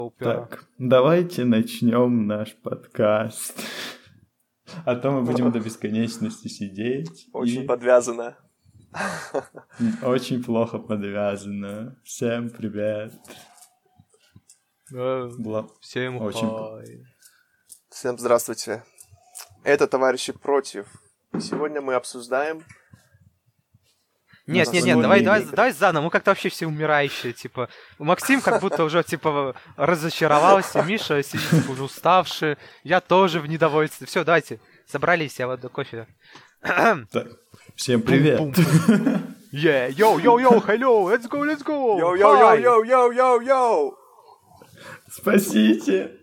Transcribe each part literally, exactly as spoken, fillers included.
Так, давайте начнем наш подкаст. А то мы будем до бесконечности сидеть. Очень и... подвязано. Очень плохо подвязано. Всем привет. Бла... Всем Очень... хай. Всем здравствуйте. Это «Товарищи против». Сегодня мы обсуждаем... Нет, нет, нет, давай, давай, давай заново. Мы как-то вообще все умирающие, типа. Максим как будто уже, типа, разочаровался, Миша сидит, типа, уже уставший. Я тоже в недовольстве. Все, давайте, собрались, я вот до кофе. Всем привет. Yeah, йоу, йоу, йоу, hello, let's go, let's go. Йоу, йоу, йоу, йоу, йоу, йоу, йоу. Спасите.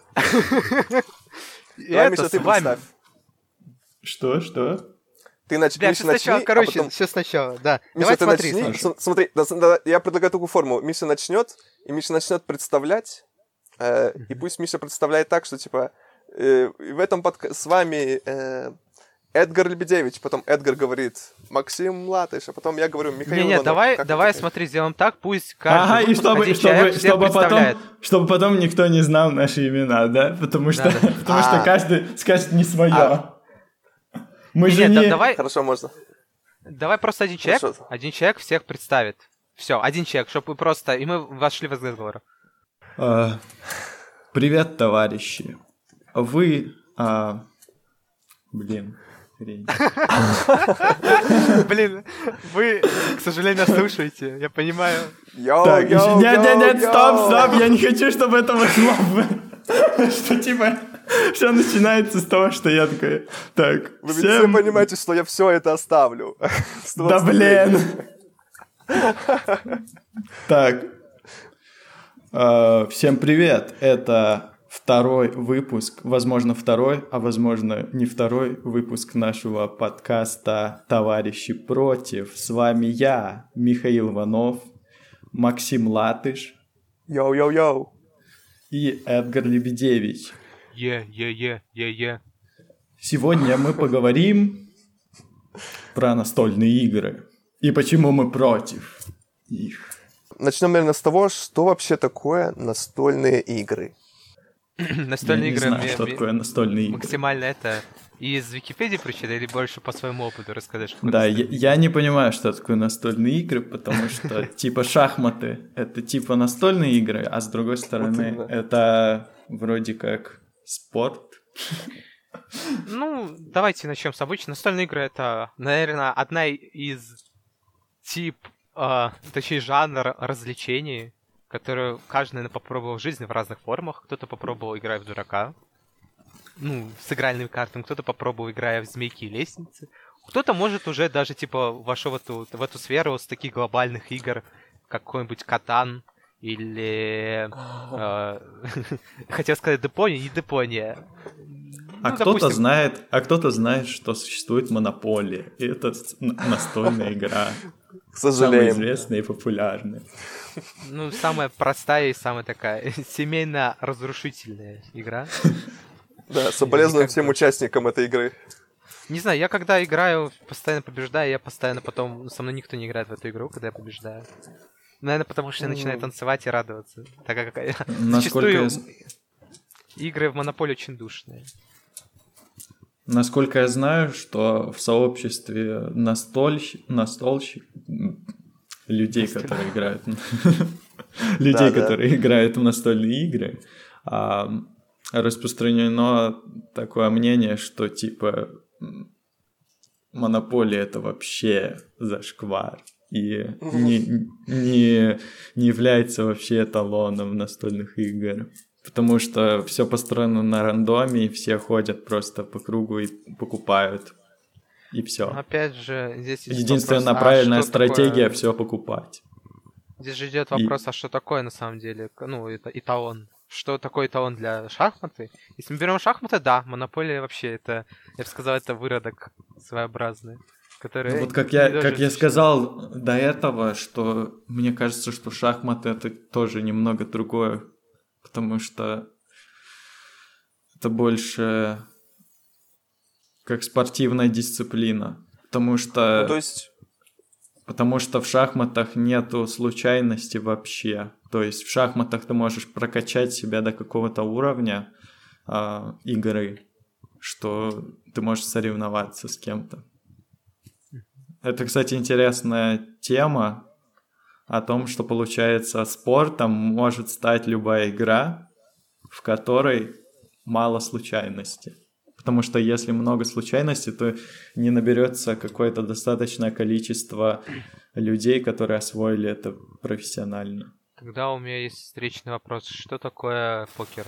Давай, Миша, ты представь. Что, что? Ты нач... Да, Миша, все сначала, начни, короче, а потом... все сначала, да. Миша, Давай ты смотри. начни. С- смотри, да, да, я предлагаю такую форму. Миша начнет, и Миша начнет представлять, э, и пусть Миша представляет так, что, типа, э, в этом подка... с вами э, Эдгар Лебедевич, потом Эдгар говорит Максим Латыш, а потом я говорю Михаил Не-не, Иванов. давай, Как давай, это? смотри, сделаем так, пусть каждый Ага, и чтобы, один чтобы, человек всех чтобы, потом, представляет. чтобы потом никто не знал наши имена, да? Потому что, Да, да. потому что А. каждый скажет не свое. А. Мы же Нет, не... да- давай, Хорошо, можно. давай просто один человек, Хорошо. один человек всех представит. Все, один человек, чтобы просто... И мы вошли в разговор. А, Привет, товарищи. Вы... а, Блин, хрень. Блин, вы, к сожалению, слушаете, я понимаю. Йоу, Так, йоу, еще- нет, нет, нет, йоу, стоп, йоу. стоп, я не хочу, чтобы это вошло в... Что, типа, все начинается с того, что я такой, так, Вы ведь все всем... понимаете, что я все это оставлю. Да блин! Так, э, всем привет, это второй выпуск, возможно второй, а возможно не второй выпуск нашего подкаста «Товарищи против». С вами я, Михаил Иванов, Максим Латыш Йоу-йоу-йоу. и Эдгар Лебедевич. Е-е-е-е-е. Сегодня мы поговорим про настольные игры и почему мы против их. Начнем, наверное, с того, что вообще такое настольные игры. Настольные Я не игры знаю, мне- что мне такое настольные игры. максимально это из Википедии прочитать или больше по своему опыту рассказать? что Да, такое я, настольные я не понимаю, что такое настольные игры, потому что типа шахматы — это типа настольные игры, а с другой стороны именно. это вроде как спорт. Ну, давайте начнем с обычной. Настольные игры это, наверное, одна из тип, а, точнее, жанр развлечений, которую каждый, наверное, попробовал в жизни в разных формах. Кто-то попробовал, играя в дурака, ну, с игральными картами, кто-то попробовал, играя в змейки и лестницы. Кто-то, может, уже даже, типа, вошел в эту, в эту сферу с таких глобальных игр, как какой-нибудь Катан или... э, Хотел сказать Депония, не Депония. А Ну, кто-то допустим, знает, а кто-то знает, что существует монополия, и это с- н- настольная игра, К самая сожалению. известная и популярная. ну, самая простая и самая такая семейно-разрушительная игра. Да, соболезную Никак всем бы. участникам этой игры. Не знаю, я когда играю, постоянно побеждаю, я постоянно потом... Со мной никто не играет в эту игру, когда я побеждаю. Наверное, потому что я начинаю танцевать и радоваться. Так как Насколько я, зачастую з- игры в Монополии очень душные. насколько я знаю, что в сообществе настольщ... настольщик... м, людей, которые играют... людей, Да-да. которые играют в настольные игры, а, распространено такое мнение, что типа м, монополия — это вообще зашквар и не, не, не является вообще эталоном настольных игр. Потому что все построено на рандоме, и все ходят просто по кругу и покупают. И все. Опять же, здесь есть Единственная вопрос, а правильная что стратегия такое- все покупать. Здесь же идет И- вопрос, а что такое на самом деле? К- Ну, это эталон. Что такое эталон для шахматы? Если мы берем шахматы, да, монополия вообще это, я бы сказал, это выродок своеобразный, который... Ну, вот как не я, должен как я существовать. сказал до этого, что мне кажется, что шахматы — это тоже немного другое, потому что это больше как спортивная дисциплина. Потому что... Ну, то есть, Потому что в шахматах нету случайности вообще. То есть в шахматах ты можешь прокачать себя до какого-то уровня э, игры, что ты можешь соревноваться с кем-то. Это, кстати, интересная тема о том, что, получается, спортом может стать любая игра, в которой мало случайности. Потому что если много случайностей, то не наберется какое-то достаточное количество людей, которые освоили это профессионально. Тогда у меня есть встречный вопрос. Что такое покер?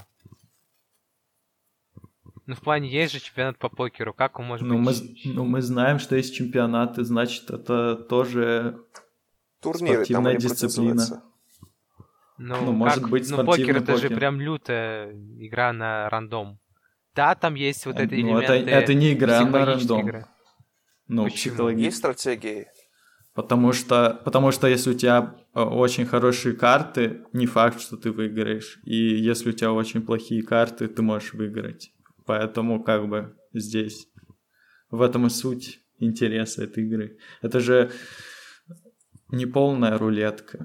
Ну, в плане, есть же чемпионат по покеру. Как он может ну, быть? Мы, ну, мы знаем, что есть чемпионаты, значит, это тоже турниры спортивная там дисциплина. Ну, ну может как? быть, ну, спортивный покер это покер. же прям лютая игра на рандом. Да, там есть вот эти ну, элементы это, это не игра на рандом. игры. Ну, психологически. Есть стратегии. Потому что, потому что если у тебя очень хорошие карты, не факт, что ты выиграешь. И если у тебя очень плохие карты, ты можешь выиграть. Поэтому как бы здесь в этом и суть интереса этой игры. Это же не полная рулетка.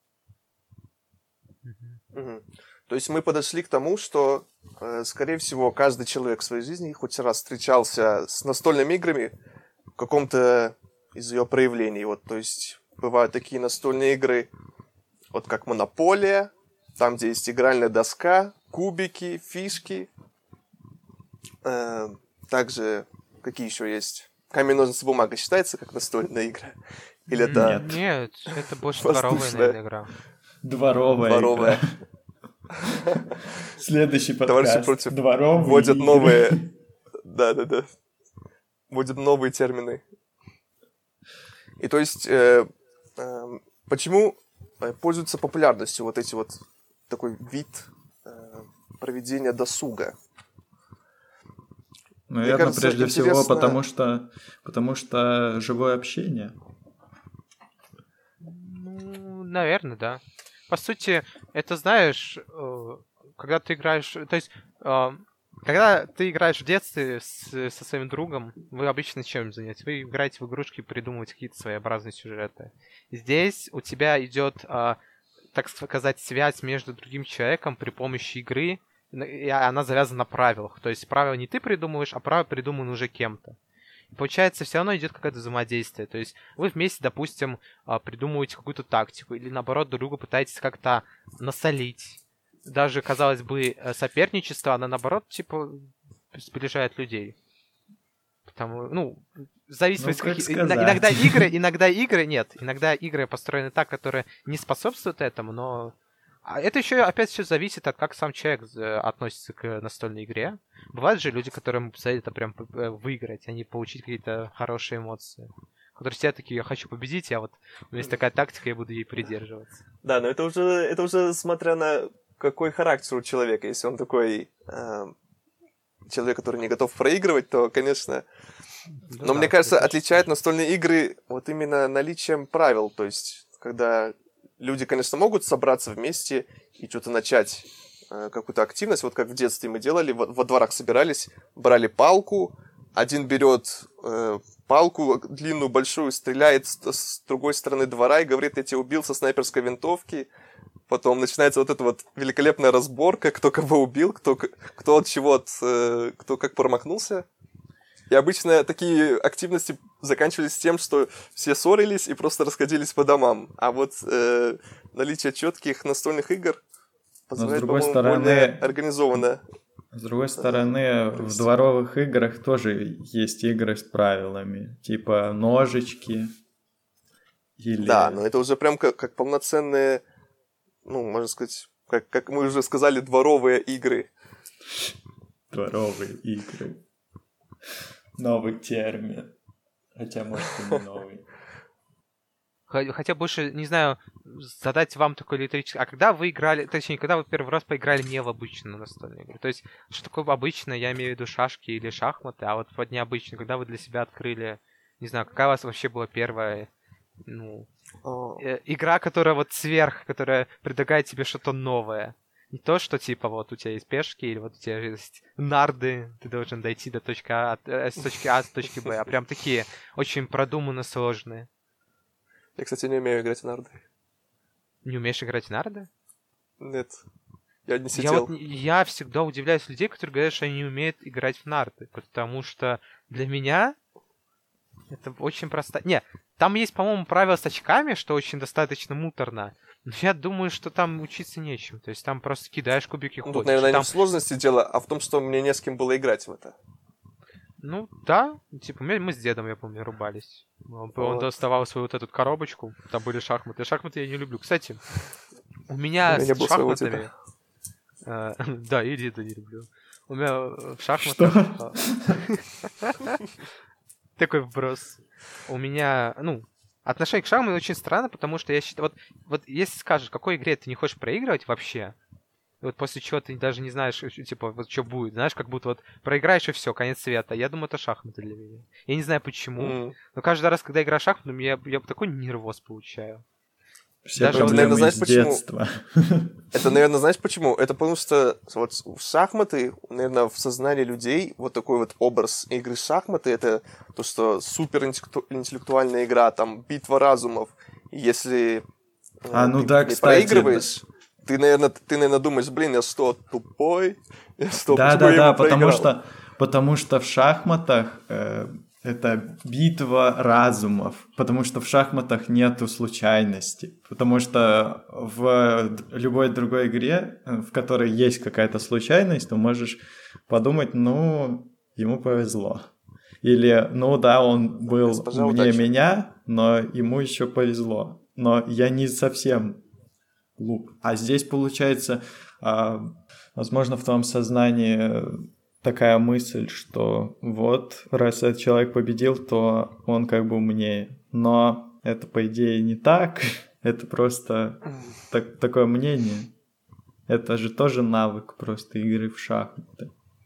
Угу. То есть мы подошли к тому, что, э, скорее всего, каждый человек в своей жизни хоть раз встречался с настольными играми в каком-то из ее проявлений. Вот, то есть бывают такие настольные игры, вот как Монополия, там, где есть игральная доска, кубики, фишки. Э, также какие еще есть? Камень, ножницы, бумага считается как настольная игра? Или это... Нет, Нет это больше дворовая, наверное, игра. Дворовая, Дворовая. игра. Следующий подкаст. Товарищи против Дворовые вводят игры. новые... Да-да-да. Вводят новые термины. И то есть, э, э, почему пользуются популярностью вот эти вот такой вид э, проведения досуга? Наверное, кажется, прежде интересно... всего, потому что, потому что живое общение. Ну, наверное, да. По сути, это, знаешь, когда ты играешь... То есть, когда ты играешь в детстве с, со своим другом, вы обычно чем заняетесь? Вы играете в игрушки и придумываете какие-то своеобразные сюжеты. Здесь у тебя идет, так сказать, связь между другим человеком при помощи игры, и она завязана на правилах. То есть правила не ты придумываешь, а правила придуманы уже кем-то. И получается, все равно идет какое-то взаимодействие. То есть вы вместе, допустим, придумываете какую-то тактику, или наоборот, друг другу пытаетесь как-то насолить. Даже, казалось бы, соперничество, оно наоборот, типа, сближает людей. Потому, ну, в зависимости... Ну, как какие... Иногда игры, иногда игры, нет, иногда игры построены так, которые не способствуют этому, но... А это еще, опять все зависит от как сам человек относится к настольной игре. Бывают же люди, которым цель это прям выиграть, а не получить какие-то хорошие эмоции. Которые все такие, я хочу победить, а вот у меня есть такая тактика, я буду ей придерживаться. Да, но это уже, это уже смотря на какой характер у человека. Если он такой э, человек, который не готов проигрывать, то, конечно... Ну, но да, мне кажется, это отличает настольные игры вот именно наличием правил. То есть, когда... Люди, конечно, могут собраться вместе и что-то начать, э, какую-то активность, вот как в детстве мы делали, во, во дворах собирались, брали палку, один берет э, палку длинную, большую, стреляет с, с другой стороны двора и говорит, я тебя убил со снайперской винтовки. Потом начинается вот эта вот великолепная разборка, кто кого убил, кто, кто от чего, от, э, кто как промахнулся. И обычно такие активности заканчивались тем, что все ссорились и просто расходились по домам. А вот э, наличие четких настольных игр позволяет, по-моему, стороны, более организованно. С другой стороны, в дворовых играх тоже есть игры с правилами. Типа ножички. Или... Да, но это уже прям как, как полноценные, ну, можно сказать, как, как мы уже сказали, дворовые игры. Дворовые игры. Новый термин. Хотя, может, и не новый. Хотя больше, не знаю, задать вам такой риторический... А когда вы играли... Точнее, когда вы первый раз поиграли не в обычную настольную игру? То есть, что такое обычное? Я имею в виду шашки или шахматы, а вот под необычно, когда вы для себя открыли... Не знаю, какая у вас вообще была первая... Ну... Oh. Игра, которая вот сверх, которая предлагает тебе что-то новое. Не то, что типа вот у тебя есть пешки, или вот у тебя есть нарды, ты должен дойти до точки А, с точки А, с точки Б, а прям такие очень продуманно сложные. Я, кстати, не умею играть в нарды. Не умеешь играть в нарды? Нет. Я не Я, сидел. вот, я всегда удивляюсь людей, которые говорят, что они не умеют играть в нарды. Потому что для меня это очень просто... Не, там есть, по-моему, правила с очками, что очень достаточно муторно. Но я думаю, что там учиться нечем. То есть там просто кидаешь кубики, Ну, ходишь. тут, наверное, Там... не в сложности дело, а в том, что мне не с кем было играть в это. Ну, да. Типа, мы, мы с дедом, я помню, рубались. Он, он Вот. доставал свою вот эту коробочку. Там были шахматы. Шахматы я не люблю. Кстати, у меня У меня не с было своего шахматами... деда. э, Да, и деда не люблю. У меня в шахматах... Что? э, Такой вброс. У меня, ну, отношение к шахматам очень странно, потому что я считаю... Вот, вот если скажешь, в какой игре ты не хочешь проигрывать вообще, и вот после чего ты даже не знаешь, типа, вот что будет, знаешь, как будто вот проиграешь и все, конец света. Я думаю, это шахматы для меня. Я не знаю почему, М. но каждый раз, когда я играю в шахматы, я, я такой нервоз получаю. Все Даже вот, проблемы наверное, знаешь, из почему? детства. Это, наверное, знаешь почему? Это потому что вот в шахматы, наверное, в сознании людей вот такой вот образ игры в шахматы, это то, что суперинтеллектуальная игра, там, битва разумов. И если э, А, ну ты да, не кстати, проигрываешь, ты, наверное, ты, наверное, думаешь, блин, я что, тупой? Я что, Да, почему да, я да, ему потому проиграл? что, потому что в шахматах э, это битва разумов, потому что в шахматах нету случайности, потому что в любой другой игре, э, в которой есть какая-то случайность, ты можешь подумать, ну, ему повезло. Или, ну да, он был Госпожа умнее удача. меня, но ему еще повезло. Но я не совсем глуп. А здесь получается, а, возможно, в твоем сознании такая мысль, что вот, раз этот человек победил, то он как бы умнее. Но это, по идее, не так. Это просто так, такое мнение. Это же тоже навык просто игры в шахматы.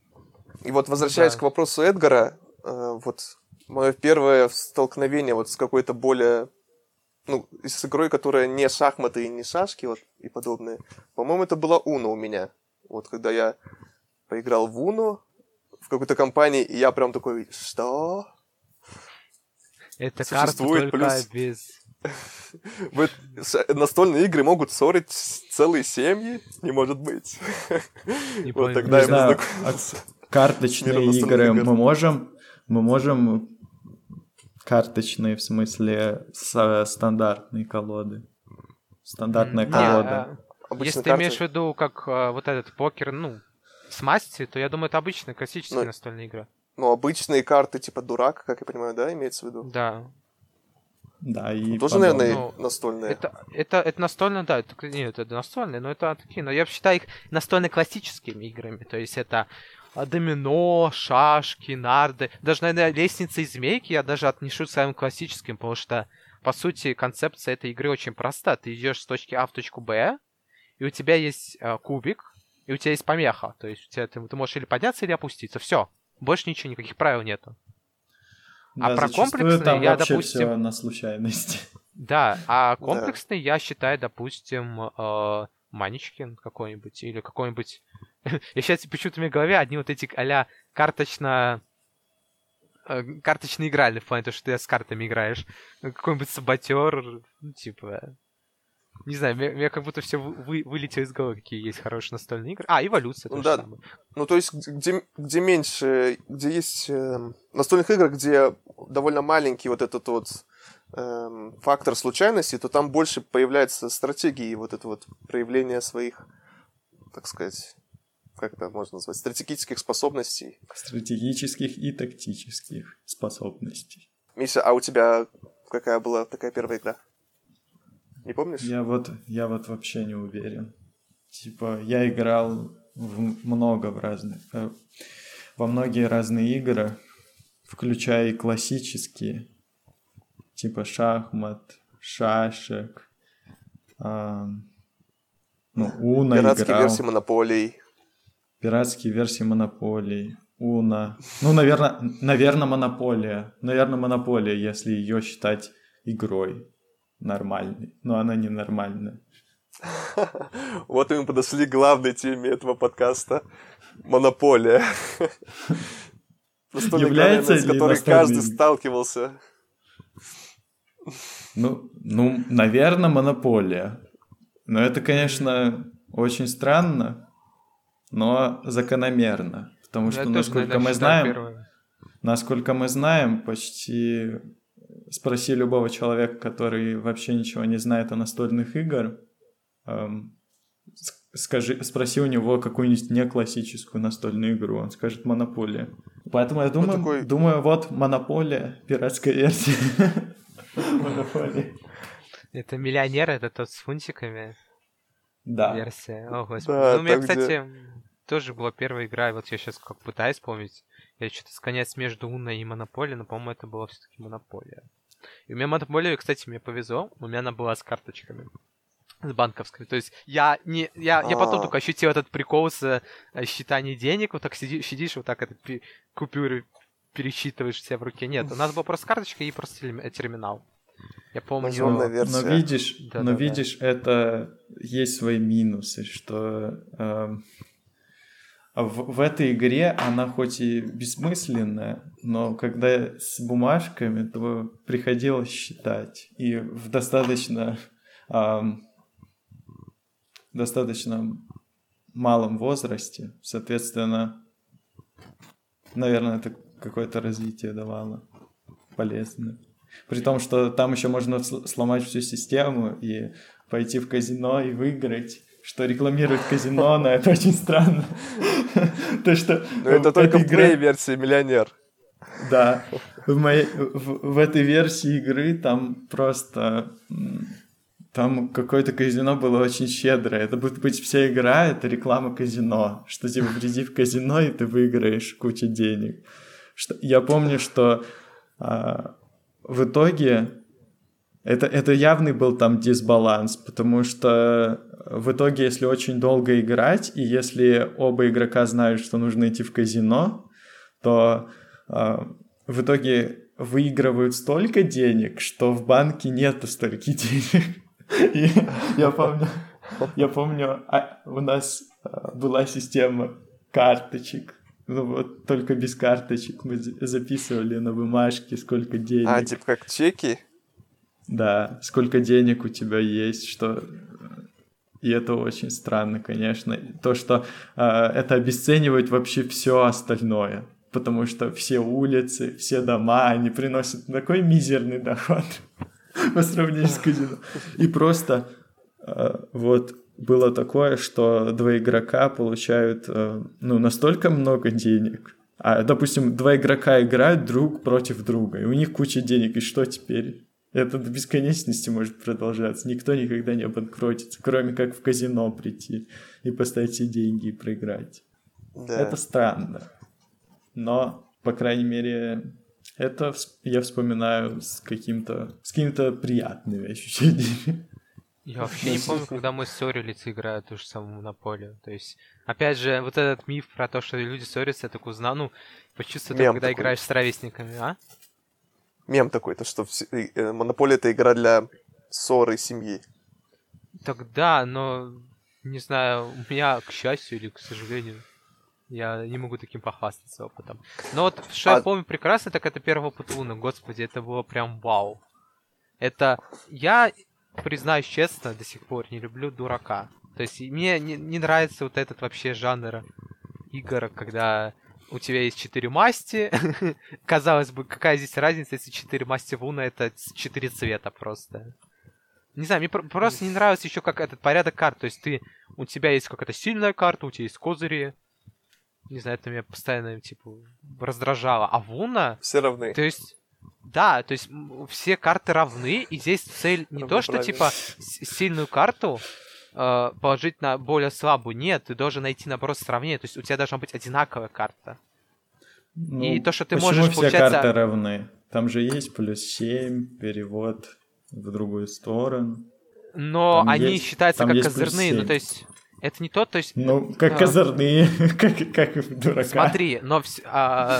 И вот, возвращаясь Да. к вопросу Эдгара, э, вот мое первое столкновение вот с какой-то более, ну, с игрой, которая не шахматы и не шашки, вот, и подобное, по-моему, это была Уно у меня. Вот, когда я поиграл в Уно в какой-то компании, и я прям такой, что? Это карта Существует только плюс- без... Вот ш- настольные игры могут ссорить целые семьи? Не может быть. Не Вот понял. тогда Не я знаю, познакомился. а карточные Миром настольных игры игр. мы можем, мы можем карточные в смысле со стандартной колоды. Стандартная М, не, колода. а, Обычно Если ты карты- имеешь в виду, как а, вот этот покер, ну, с масти, то я думаю, это обычная классическая Ну, настольная игра. Ну, обычные карты типа дурак, как я понимаю, да, имеется в виду? Да. Да, и Тоже, подобное. наверное, Ну, настольные. Это, это, это настольно, да, это, нет, это настольные, но это такие, но я считаю их настольно-классическими играми. То есть это а, домино, шашки, нарды. Даже, наверное, лестница и змейки я даже отнесу к самым классическим, потому что, по сути, концепция этой игры очень проста. Ты идешь с точки А в точку Б, и у тебя есть а, кубик, и у тебя есть помеха. То есть у тебя, ты, ты можешь или подняться, или опуститься. Все. Больше ничего, никаких правил нету. А Да, про зачастую комплексные там я, вообще допустим- всё на случайности. Да, а Да. комплексный я считаю, допустим, э, Маничкин какой-нибудь, или какой-нибудь... Я сейчас почему-то у меня в голове одни вот эти а-ля карточно... э, карточно игральный, в плане того, что ты с картами играешь. Ну, Какой-нибудь саботер, ну, типа... Не знаю, мне, мне как будто все вы, вылетело из головы, какие есть хорошие настольные игры. А, эволюция Ну то же да. самое. Ну, то есть, где, где меньше, где есть эм, настольных игр, где довольно маленький вот этот вот эм, фактор случайности, то там больше появляется стратегии, вот это вот проявление своих, так сказать, как это можно назвать, стратегических способностей. Стратегических и тактических способностей. Миша, а у тебя какая была такая первая игра? Не помнишь? Я вот, я вот вообще не уверен. Типа, я играл в много в разных, э, во многие разные игры, включая и классические, типа шахмат, шашек, а, ну, Уно Пиратские играл, версии Монополий. пиратские версии Монополии, Уно. Ну, наверное, наверное, Монополия. Наверное, Монополия, если ее считать игрой нормальной. Но она не нормальная. Вот и мы подошли к главной теме этого подкаста. Монополия. Настольная игра, Является наверное, с ли которой настольной каждый игрой? сталкивался. Ну, ну, наверное, монополия. Но это, конечно, очень странно, но закономерно. Потому что, Я тоже, насколько наверное, мы считаю знаем, первое. насколько мы знаем, почти спроси любого человека, который вообще ничего не знает о настольных играх, эм, скажи, спроси у него какую-нибудь неклассическую настольную игру, он скажет «Монополия». Поэтому я думаю, Ну, такой- думаю вот «Монополия», пиратская версия «Монополии». Это миллионер, это тот с фунтиками Да. версия. О, господи. Да, ну, у меня, там, где- кстати, тоже была первая игра, и вот я сейчас как пытаюсь вспомнить. Я что-то склоняюсь между Уно и Монополией, но, по-моему, это была все-таки Монополия. И у меня Монополия, кстати, мне повезло, у меня она была с карточками. С банковской. То есть я не. Я, я потом А. только ощутил этот прикол с э, считанием денег. Вот так сиди, сидишь, вот так этот пи- купюры пересчитываешь у себя в руке. Нет, у нас была просто карточка и просто телем- терминал. Я помню. Наземная Но, версия. но видишь, Да, но да, да. видишь, это есть свои минусы, что эм, в, в этой игре она хоть и бессмысленная, но когда с бумажками, то приходилось считать. И в достаточно, эм, достаточно малом возрасте, соответственно, наверное, это какое-то развитие давало полезное. При том, что там еще можно сл- сломать всю систему и пойти в казино и выиграть, что рекламирует казино, но это очень странно. То, что Но это только эта в игра- твоей версии «Миллионер». Да, в, моей, в, в этой версии игры там просто... м, Там какое-то казино было очень щедрое. Это будет быть вся игра, это реклама казино. Что типа приди в казино, и ты выиграешь кучу денег. Что, я помню, что а, в итоге это, это явный был там дисбаланс, потому что в итоге, если очень долго играть, и если оба игрока знают, что нужно идти в казино, то а, в итоге выигрывают столько денег, что в банке нету столько денег. И я помню, я помню, а, у нас а, была система карточек. Ну вот, только без карточек мы за- записывали на бумажке, сколько денег. А, типа как чеки? Да, сколько денег у тебя есть, что... И это очень странно, конечно. То, что э, это обесценивает вообще все остальное. Потому что все улицы, все дома, они приносят такой мизерный доход по сравнению с казино. И просто э, вот было такое, что два игрока получают э, ну, настолько много денег. А, допустим, два игрока играют друг против друга, и у них куча денег. И что теперь? Это до бесконечности может продолжаться. Никто никогда не обанкротится, кроме как в казино прийти и поставить все деньги и проиграть. Да. Это странно. Но, по крайней мере, это вс- я вспоминаю с каким-то, с какими-то приятными ощущениями. Я вообще не помню, когда мы ссорились, играя ту же самую Монополию. То есть, опять же, вот этот миф про то, что люди ссорятся, я так узнал, ну, почувствовал, Мем когда такой. играешь с ровесниками, а? Мем такой, то что все- э, «Монополия» — это игра для ссоры семьи. Так да, но, не знаю, у меня, к счастью или к сожалению, я не могу таким похвастаться опытом. Но вот, что я А- помню прекрасно, так это первого Путуна. Господи, это было прям вау. Это... Я, признаюсь честно, до сих пор не люблю дурака. То есть и мне не, не нравится вот этот вообще жанр игр, когда у тебя есть четыре масти. Казалось бы, какая здесь разница, если четыре масти в Уно, это четыре цвета просто. Не знаю, мне про- просто не нравится еще как этот порядок карт. То есть ты, у тебя есть какая-то сильная карта, у тебя есть козыри. Не знаю, это меня постоянно, типа, раздражало. А в Уно, Все равны. то есть, да, то есть м, все карты равны, и здесь цель не то, что, Равноправие. типа, с- сильную карту э, положить на более слабую. Нет, ты должен найти, наоборот, сравнение. То есть у тебя должна быть одинаковая карта. Ну, И то, что ты почему можешь, все получается- карты равны? Там же есть плюс семь, перевод в другую сторону. Но Там они есть- считаются там как есть плюс козырные. Ну, семь. то есть, это не то, то есть, Ну, как А. козырные, как, как в дурака. смотри, но вс- а,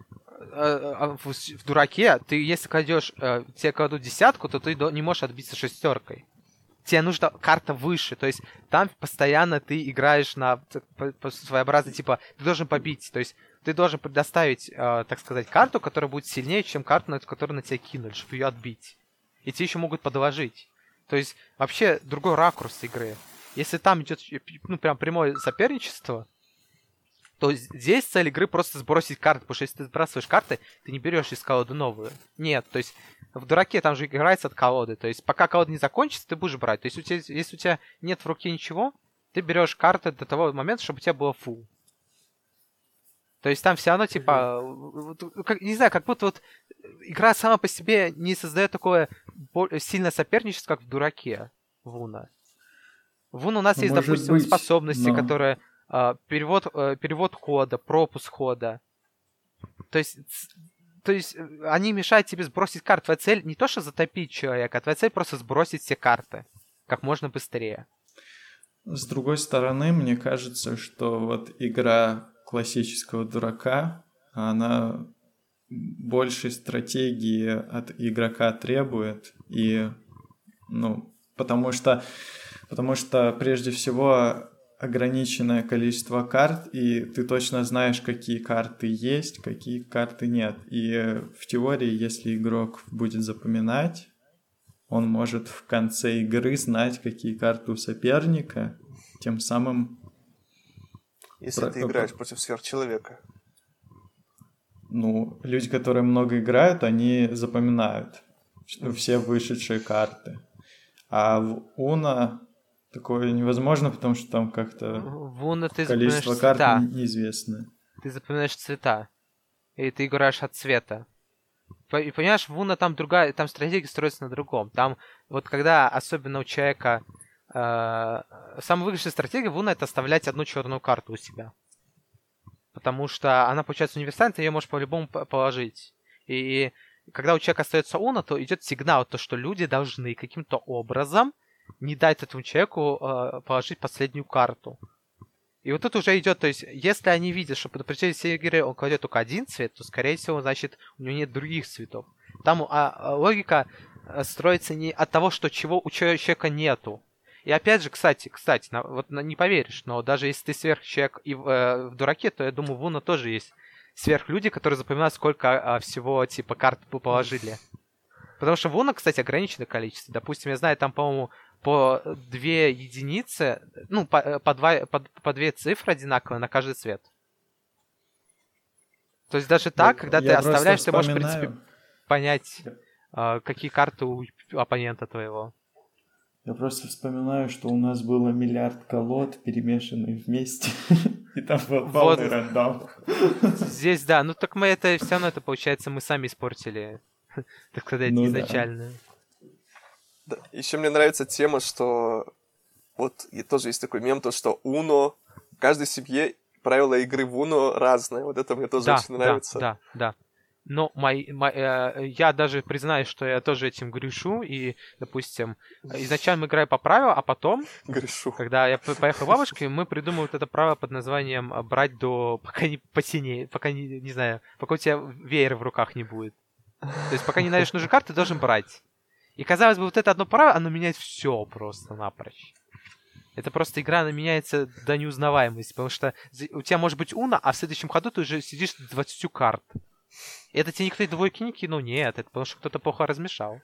а, а, в, с- в дураке ты, если кладешь, э, тебе кладут десятку, то ты до- не можешь отбиться шестеркой. Тебе нужна карта выше, то есть там постоянно ты играешь на т- по- по- своеобразно, типа, ты должен побить, то есть ты должен предоставить, э, так сказать, карту, которая будет сильнее, чем карту, на которую на тебя кинули, чтобы ее отбить. и тебе еще могут подложить. То есть вообще другой ракурс игры. Если там идет, ну, прям прямое соперничество, то здесь цель игры просто сбросить карты, потому что если ты сбрасываешь карты, ты не берешь из колоды новую. Нет, то есть в дураке там же играется от колоды. То есть пока колода не закончится, ты будешь брать. То есть у тебя, если у тебя нет в руке ничего, ты берешь карты до того момента, чтобы у тебя было фул. То есть там все равно, типа, mm-hmm. как, не знаю, как будто вот игра сама по себе не создает такое сильное соперничество, как в дураке в Уно. В Уно у нас ну, есть, допустим, быть, способности, но... которые э, перевод, э, перевод хода, пропуск хода. То есть, то есть они мешают тебе сбросить карты. Твоя цель не то, что затопить человека, а твоя цель просто сбросить все карты как можно быстрее. С другой стороны, мне кажется, что вот игра классического дурака, она большей стратегии от игрока требует, и, ну, потому что, потому что прежде всего ограниченное количество карт, и ты точно знаешь, какие карты есть, какие карты нет. И в теории, если игрок будет запоминать, он может в конце игры знать, какие карты у соперника, тем самым... Если про... ты играешь против сверхчеловека. Ну, люди, которые много играют, они запоминают все вышедшие карты. А в Уно такое невозможно, потому что там как-то в Уно ты количество карт цвета. неизвестно. Ты запоминаешь цвета. И ты играешь от цвета. И понимаешь, в Уно там другая, там стратегия строится на другом. Там вот когда, особенно у человека, э, самая выигрышная стратегия в Уно — это оставлять одну черную карту у себя. Потому что она, получается, универсальная, ты ее можешь по-любому положить. И когда у человека остается Уно, то идет сигнал, то, что люди должны каким-то образом не дать этому человеку э, положить последнюю карту. И вот тут уже идет, то есть, если они видят, что при начале всей игры он кладет только один цвет, то, скорее всего, значит, у него нет других цветов. Там а, логика строится не от того, что чего у человека нету. И опять же, кстати, кстати, на, вот на, не поверишь, но даже если ты сверхчеловек и в, э, в дураке, то я думаю, в Уно тоже есть сверхлюди, которые запоминают, сколько а, всего, типа, карт положили. Потому что в Уно, кстати, ограниченное количество. Допустим, я знаю, там, по-моему, по две единицы, ну, по, по, два, по, по две цифры одинаковые на каждый цвет. То есть даже так, я, когда ты оставляешь, ты можешь, в принципе, понять, э, какие карты у оппонента твоего. Я просто вспоминаю, что у нас было миллиард колод, перемешанных вместе, и там был полный рандом. Здесь, да, ну так мы это, все равно это, получается, мы сами испортили, так сказать, ну, изначально. Да. Еще мне нравится тема, что вот и тоже есть такой мем, то что Уно, в каждой семье правила игры в Уно разные. Вот это мне тоже да, очень нравится. Да, да, да. Но мои, мои, э, я даже признаюсь, что я тоже этим грешу. И, допустим, изначально мы играем по правилам, а потом, грешу. Когда я поехал к бабушке, мы придумали вот это правило под названием брать до пока не посинеет, пока не, не знаю, пока у тебя веер в руках не будет. То есть пока не найдешь нужную карту, ты должен брать. И, казалось бы, вот это одно правило, оно меняет все просто напрочь. Это просто игра, она меняется до неузнаваемости, потому что у тебя может быть Уно, а в следующем ходу ты уже сидишь с двадцатью карт. И это тебе никто и двойки не кинул? Нет, это потому что кто-то плохо размешал.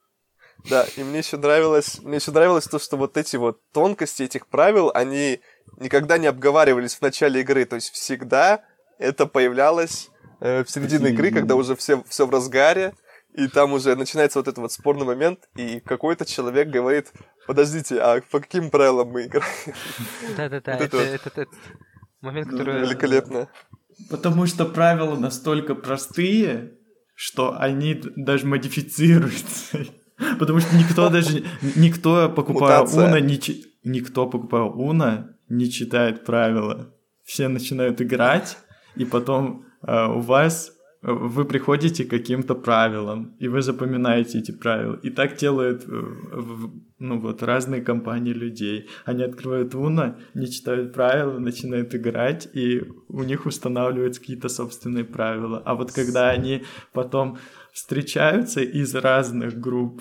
Да, и мне еще нравилось, мне еще нравилось то, что вот эти вот тонкости этих правил, они никогда не обговаривались в начале игры, то есть всегда это появлялось э, в середине игры, когда уже все, все в разгаре, и там уже начинается вот этот вот спорный момент, и какой-то человек говорит: подождите, а по каким правилам мы играем? Да-да-да, это момент, который... Великолепно. Потому что правила настолько простые, что они даже модифицируются. Потому что никто даже... Никто, покупая Уно, не, никто, покупая Уно, не читает правила. Все начинают играть, и потом э, у вас... Вы приходите к каким-то правилам, и вы запоминаете эти правила. И так делают, ну вот, разные компании людей. Они открывают Уно, не читают правила, начинают играть, и у них устанавливаются какие-то собственные правила. А вот когда они потом встречаются из разных групп,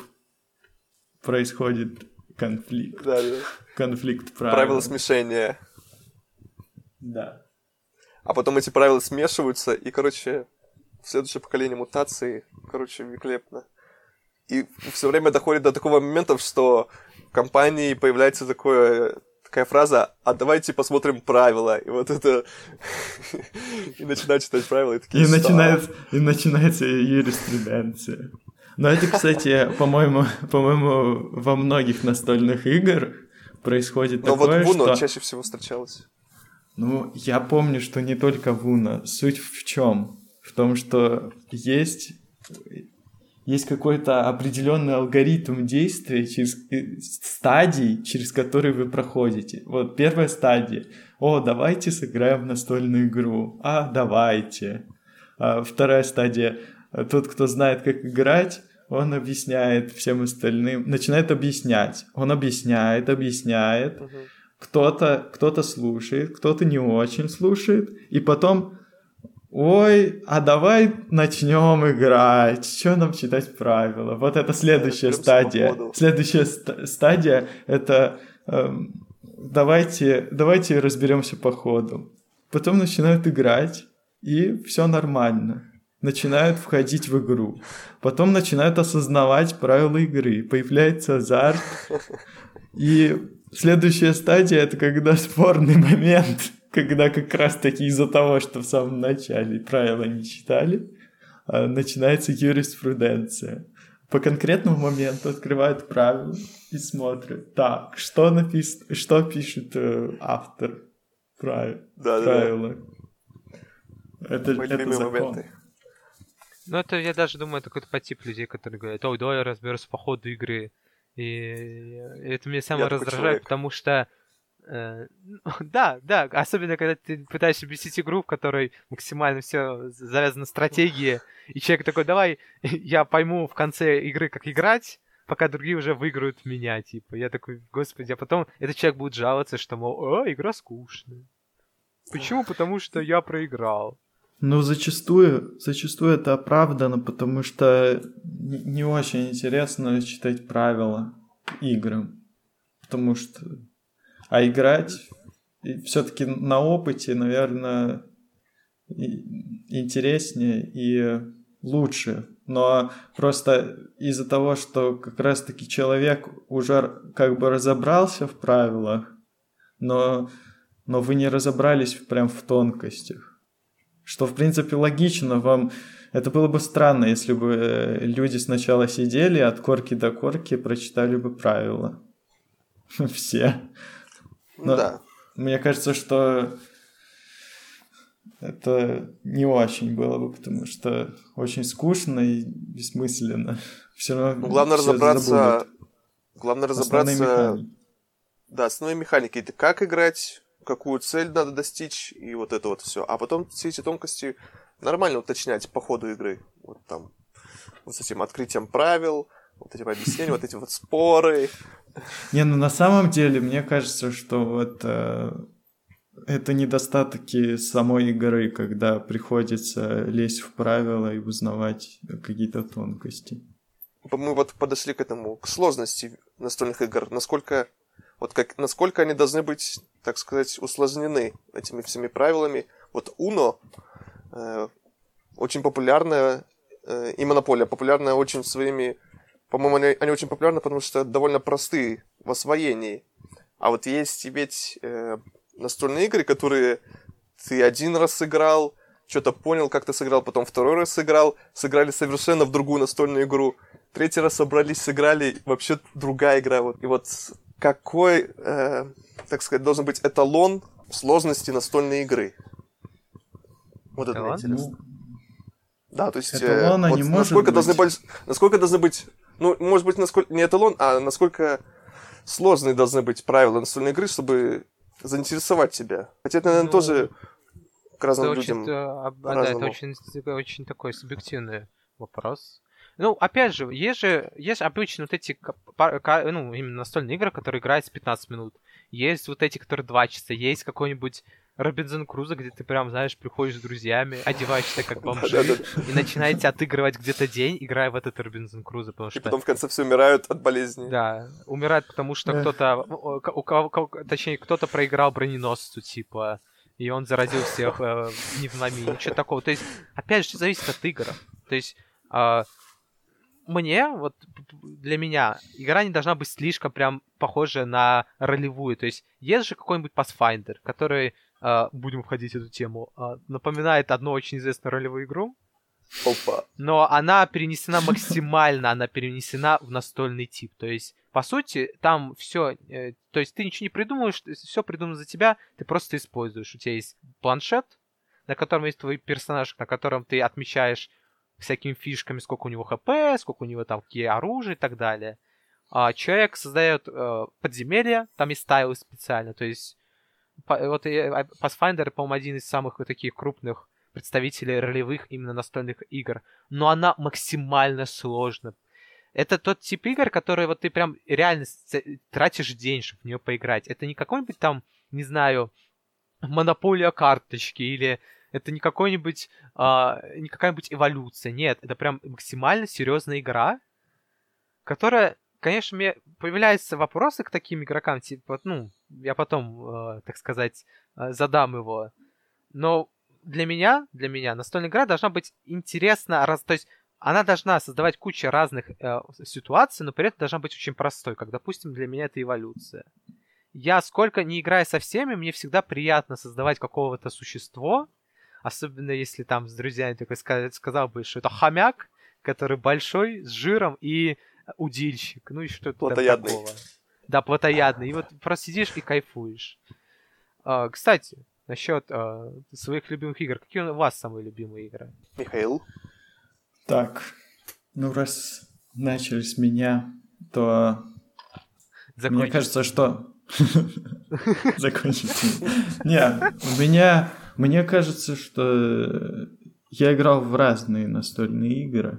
происходит конфликт. Да, да. Конфликт правил. Правила смешения. Да. А потом эти правила смешиваются, и, короче... Следующее поколение мутаций, короче, великолепно. и все время доходит до такого момента, что в компании появляется такое, такая фраза: а давайте посмотрим правила. И вот это... И начинают читать правила, и такие... И, начинается, и начинается юриспруденция. Но это, кстати, по-моему, по-моему, во многих настольных играх происходит Но такое, вот в Uno что... чаще всего встречалось. Ну, я помню, что не только в Uno. Суть в чем? В том, что есть, есть какой-то определенный алгоритм действия, через стадий, через которые вы проходите. Вот первая стадия. О, давайте сыграем в настольную игру. А, давайте. А вторая стадия. Тот, кто знает, как играть, он объясняет всем остальным. Начинает объяснять. Он объясняет, объясняет. Угу. Кто-то, кто-то слушает, кто-то не очень слушает. И потом... Ой, а давай начнем играть. Что нам читать правила? Вот это следующая Прям стадия. Следующая ст- стадия это эм, давайте, давайте разберемся по ходу. Потом начинают играть, и все нормально. Начинают входить в игру. Потом начинают осознавать правила игры. Появляется азарт. И следующая стадия это когда спорный момент. Когда как раз-таки из-за того, что в самом начале правила не читали, начинается юриспруденция. По конкретному моменту открывают правила и смотрят, так, что написано, что пишет э, автор прав... да, правила. Да. Это, Мои это любимые закон. моменты. Ну, это, я даже думаю, это какой-то подтип людей, которые говорят: ой, давай я разберусь по ходу игры. И это меня самое Я раздражает, потому что Э, да, да, особенно когда ты пытаешься объяснить игру, в которой максимально все завязано на стратегии, и человек такой: давай я пойму в конце игры, как играть, пока другие уже выиграют меня, типа. Я такой: господи, а потом этот человек будет жаловаться, что, мол, о, игра скучная. Почему? Потому что я проиграл. Ну, зачастую, зачастую это оправдано, потому что не очень интересно читать правила играм, потому что А играть все-таки на опыте, наверное, интереснее и лучше. Но просто из-за того, что как раз-таки человек уже как бы разобрался в правилах, но, но вы не разобрались прям в тонкостях. Что, в принципе, логично. Вам это было бы странно, если бы люди сначала сидели от корки до корки прочитали бы правила. Все. Но да. Мне кажется, что это не очень было бы, потому что очень скучно и бессмысленно. Все равно ну, главное все разобраться. забудут. Главное разобраться. Да, основные механики. Это как играть, какую цель надо достичь, и вот это вот все. А потом все эти тонкости нормально уточнять по ходу игры. Вот там, вот с этим открытием правил, вот этим объяснением, вот эти вот споры. Не, ну на самом деле, мне кажется, что вот э, это недостатки самой игры, когда приходится лезть в правила и узнавать какие-то тонкости. Мы вот подошли к этому, к сложности настольных игр. Насколько, вот как, насколько они должны быть, так сказать, усложнены этими всеми правилами. Вот Uno э, очень популярная, э, и Монополия популярная очень своими... По-моему, они, они очень популярны, потому что довольно простые в освоении. А вот есть ведь э, настольные игры, которые ты один раз сыграл, что-то понял, как ты сыграл, потом второй раз сыграл, сыграли совершенно в другую настольную игру, третий раз собрались, сыграли, вообще другая игра. Вот. И вот какой, э, так сказать, должен быть эталон сложности настольной игры? Вот это мне интересно. Да, то есть э, вот насколько, должны быть, насколько должны быть, ну, может быть, насколько, не эталон, а насколько сложные должны быть правила настольной игры, чтобы заинтересовать тебя. Хотя это, наверное, ну, тоже к разным это людям. Очень, а, да, это очень, очень такой субъективный вопрос. Ну, опять же, есть же, есть обычно вот эти, ну, именно настольные игры, которые играют пятнадцать минут. Есть вот эти, которые два часа. Есть какой-нибудь Робинзон Крузо, где ты прям, знаешь, приходишь с друзьями, одеваешься как бомжи, и начинаете отыгрывать где-то день, играя в этот Робинзон Крузо, потому что... И потом в конце все умирают от болезни. Да, умирают, потому что кто-то, у кого, точнее, кто-то проиграл броненосцу, типа, и он заразил всех э, пневмонией, ничего такого. То есть, опять же, все зависит от игр. То есть, э, мне, вот для меня, игра не должна быть слишком прям похожа на ролевую. То есть есть же какой-нибудь Pathfinder, который, э, будем входить в эту тему, э, напоминает одну очень известную ролевую игру. Опа. Но она перенесена максимально, она перенесена в настольный тип. То есть, по сути, там все, э, то есть ты ничего не придумываешь, все придумано за тебя, ты просто используешь. У тебя есть планшет, на котором есть твой персонаж, на котором ты отмечаешь всякими фишками, сколько у него хп, сколько у него там какие оружия и так далее. А человек создает э, подземелья, там есть тайлы специально, то есть по, вот э, Pathfinder, по-моему, один из самых вот таких крупных представителей ролевых именно настольных игр, но она максимально сложна. Это тот тип игр, который вот ты прям реально тратишь день, чтобы в нее поиграть. Это не какой-нибудь там, не знаю, монополия карточки или это не какой-нибудь, а, не какая-нибудь эволюция. Нет, это прям максимально серьезная игра, которая, конечно, мне появляются вопросы к таким игрокам, типа, ну, я потом, э, так сказать, э, задам его. Но для меня, для меня настольная игра должна быть интересна, раз, то есть она должна создавать кучу разных э, ситуаций, но при этом должна быть очень простой, как, допустим, для меня это эволюция. Я, сколько не играя со всеми, мне всегда приятно создавать какого-то существо, особенно если там с друзьями такой сказал, сказал бы, что это хомяк, который большой, с жиром и удильщик. Ну и что-то плотоядный. Такого. Да, плотоядный. И вот просто сидишь и кайфуешь. А, кстати, насчет а, своих любимых игр. Какие у вас самые любимые игры? Михаил? Так, ну раз начали с меня, то Закончить. Мне кажется, что... Закончить. Не, у меня... Мне кажется, что я играл в разные настольные игры.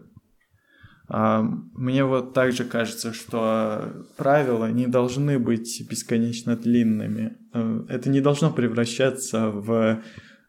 А мне вот также кажется, что правила не должны быть бесконечно длинными. Это не должно превращаться в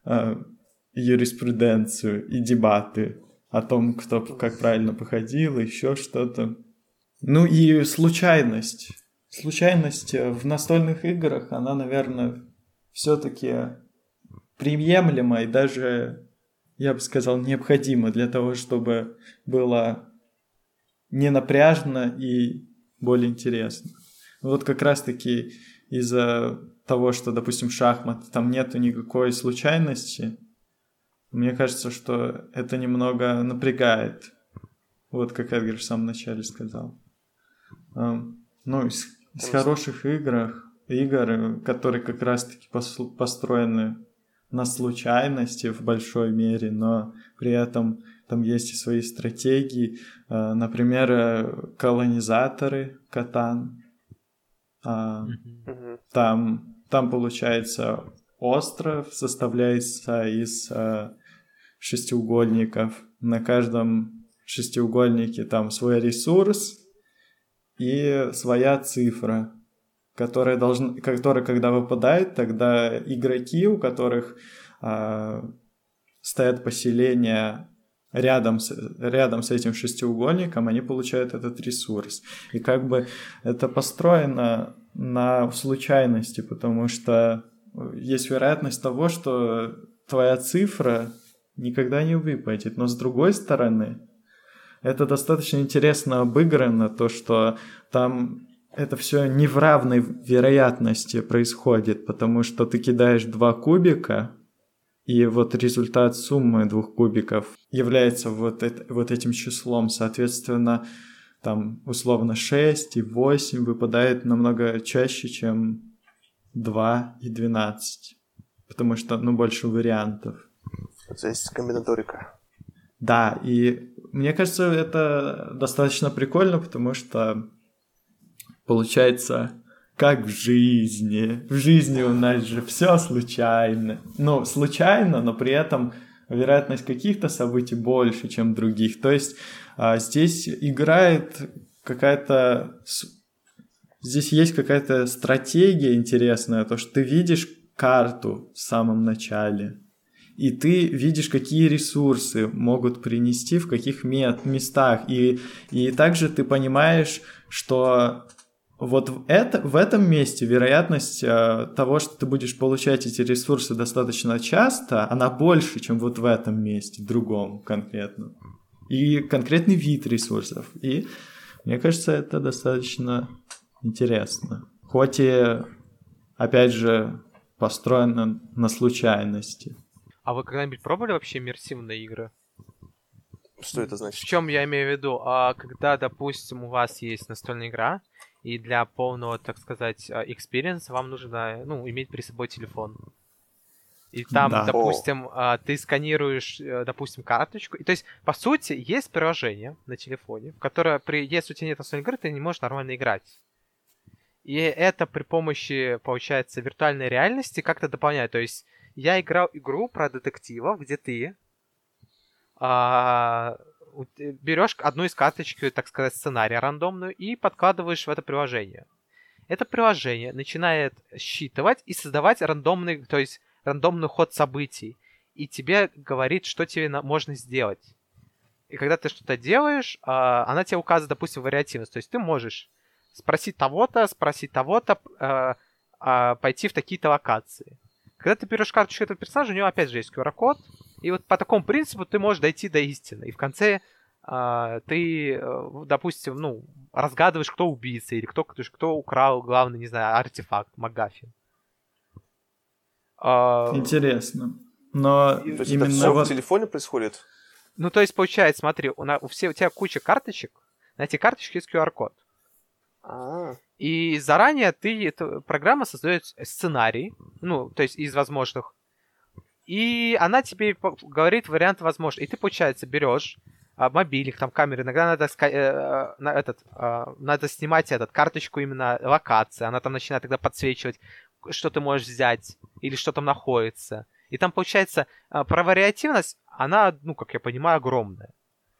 юриспруденцию и дебаты о том, кто как правильно походил, еще что-то. Ну и случайность. Случайность в настольных играх, она, наверное, все-таки приемлема и даже, я бы сказал, необходима для того, чтобы было не напряжно и более интересно. Вот как раз-таки из-за того, что, допустим, шахмат, там нету никакой случайности, мне кажется, что это немного напрягает. Вот как Эдгар в самом начале сказал. Ну, из, из хороших игр, игр, которые как раз-таки построены на случайности в большой мере, но при этом там есть и свои стратегии. Например, колонизаторы, Катан. Mm-hmm. Там, там, получается, остров составляется из шестиугольников. На каждом шестиугольнике там свой ресурс и своя цифра, которая, должна, которая когда выпадает, тогда игроки, у которых а, стоят поселения рядом с, рядом с этим шестиугольником, они получают этот ресурс. И как бы это построено на случайности, потому что есть вероятность того, что твоя цифра никогда не выпадет. Но с другой стороны, это достаточно интересно обыграно, то, что там это все не в равной вероятности происходит, потому что ты кидаешь два кубика, и вот результат суммы двух кубиков является вот, это, вот этим числом. Соответственно, там условно шесть и восемь выпадает намного чаще, чем два и двенадцать. Потому что, ну, больше вариантов. Здесь комбинаторика. Да, и мне кажется, это достаточно прикольно, потому что получается, как в жизни. В жизни у нас же все случайно. Ну, случайно, но при этом вероятность каких-то событий больше, чем других. То есть а, здесь играет какая-то... Здесь есть какая-то стратегия интересная, то, что ты видишь карту в самом начале, и ты видишь, какие ресурсы могут принести в каких местах. И, и также ты понимаешь, что вот в, это, в этом месте вероятность э, того, что ты будешь получать эти ресурсы достаточно часто, она больше, чем вот в этом месте, в другом конкретно. и конкретный вид ресурсов. И мне кажется, это достаточно интересно. Хоть и, опять же, построено на случайности. А вы когда-нибудь пробовали вообще иммерсивные игры? Что это значит? В чем я имею в виду? А, когда, допустим, у вас есть настольная игра, и для полного, так сказать, экспириенса вам нужно, ну, иметь при собой телефон. И там, Да. допустим, ты сканируешь, допустим, карточку. И, то есть, по сути, есть приложение на телефоне, в которое, при, если у тебя нет настольной игры, ты не можешь нормально играть. И это при помощи, получается, виртуальной реальности как-то дополняет. То есть, я играл игру про детективов, где ты а, берешь одну из карточек, так сказать, сценария рандомную и подкладываешь в это приложение. Это приложение начинает считывать и создавать рандомный, то есть рандомный ход событий. И тебе говорит, что тебе на- можно сделать. И когда ты что-то делаешь, а, она тебе указывает, допустим, вариативность. То есть ты можешь спросить того-то, спросить того-то, а, а, пойти в такие-то локации. Когда ты берешь карточку этого персонажа, у него опять же есть ку ар-код. И вот по такому принципу ты можешь дойти до истины. И в конце а, ты, допустим, ну, разгадываешь, кто убийца, или кто, кто украл главный, не знаю, артефакт, МакГаффин. А, Интересно. Но То есть именно это все вот... в телефоне происходит? Ну, то есть, получается, смотри, у, на, у, все, у тебя куча карточек, на эти карточки есть ку ар-код. А, И заранее ты, эта программа создает сценарий, ну, то есть из возможных, и она тебе по- говорит варианты возможных. И ты, получается, берешь а, мобильник, там камеры, иногда надо, ска- э, на этот, а, надо снимать этот, карточку именно локации, она там начинает тогда подсвечивать, что ты можешь взять, или что там находится. И там, получается, а, про вариативность, она, ну, как я понимаю, огромная.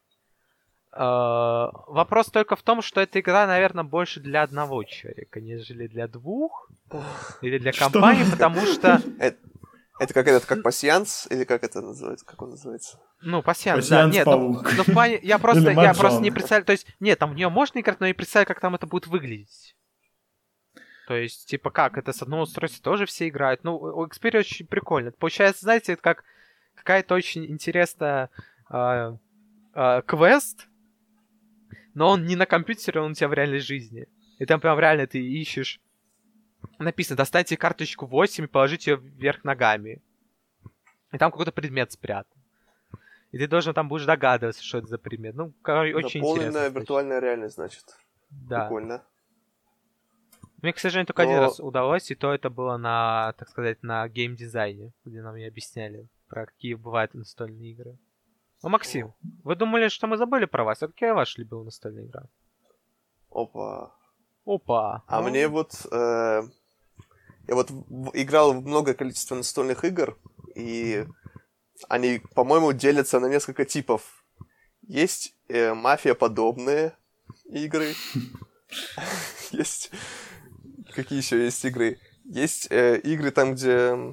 А, вопрос только в том, что эта игра, наверное, больше для одного человека, нежели для двух, или для Что? компании, потому что... это, это как этот, как пассианс, или как это называется, как он называется? Ну, пассианс, да. Нет, ну, Пассианс-паук. ну, в плане, я просто, Или я Маджонг. просто не представляю, то есть, нет, там в нее можно играть, но я не представляю, как там это будет выглядеть. То есть, типа, как, это с одного устройства тоже все играют. Ну, у Xperia очень прикольно. Получается, знаете, это как какая-то очень интересная а, а, квест, но он не на компьютере, он у тебя в реальной жизни. И там прям реально ты ищешь. Написано, достаньте карточку восемь и положите ее вверх ногами. И там какой-то предмет спрятан. И ты должен там будешь догадываться, что это за предмет. Ну, короче, очень интересно. Дополненная виртуальная реальность, значит. Да. Прикольно. Мне, к сожалению, только Но- один раз удалось, и то это было на, так сказать, на геймдизайне, где нам и объясняли, про какие бывают настольные игры. Ну, Максим, вы думали, что мы забыли про вас? А какая ваша любимая настольная игра? Опа. Опа! А Ну, мне вот... э, я вот в- играл в многое количество настольных игр, и они, по-моему, делятся на несколько типов. Есть э, мафия-подобные игры. Есть... Какие еще есть игры? Есть э, игры там, где...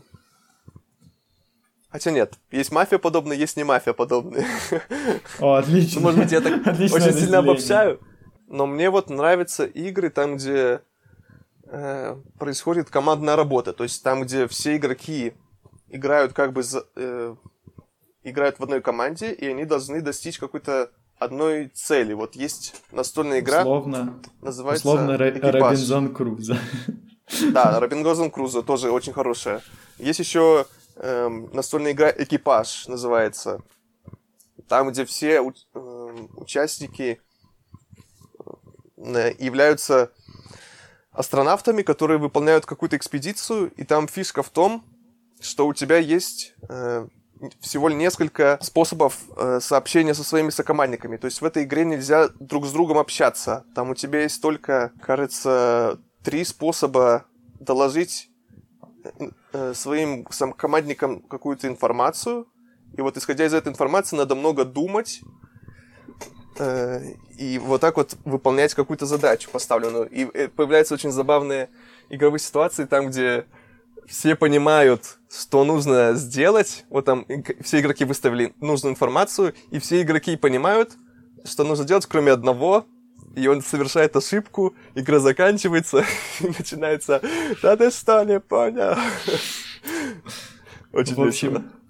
Хотя нет, есть мафия-подобные, есть не мафия-подобные. О, отлично. Ну, может быть, я так Отличное очень сильно разделение. обобщаю, но мне вот нравятся игры там, где э, происходит командная работа, то есть там, где все игроки играют как бы за- э, играют в одной команде, и они должны достичь какой-то одной цели. Вот есть настольная игра, Условно, называется условно Ро- «Экипаж». Робинзон Крузо. Да, Робинзон Крузо тоже очень хорошая. Есть еще эм, настольная игра «Экипаж» называется. Там, где все у- эм, участники э, являются астронавтами, которые выполняют какую-то экспедицию, и там фишка в том, что у тебя есть э, всего несколько способов э, сообщения со своими сокомандниками. То есть в этой игре нельзя друг с другом общаться. Там у тебя есть только, кажется, три способа доложить э, своим командникам какую-то информацию. И вот исходя из этой информации надо много думать э, и вот так вот выполнять какую-то задачу поставленную. И э, появляются очень забавные игровые ситуации, там, где все понимают, что нужно сделать. Вот там иг- все игроки выставили нужную информацию, и все игроки понимают, что нужно делать, кроме одного. И он совершает ошибку, игра заканчивается, и начинается «Да ты что, не понял?» Очень В общем, весело.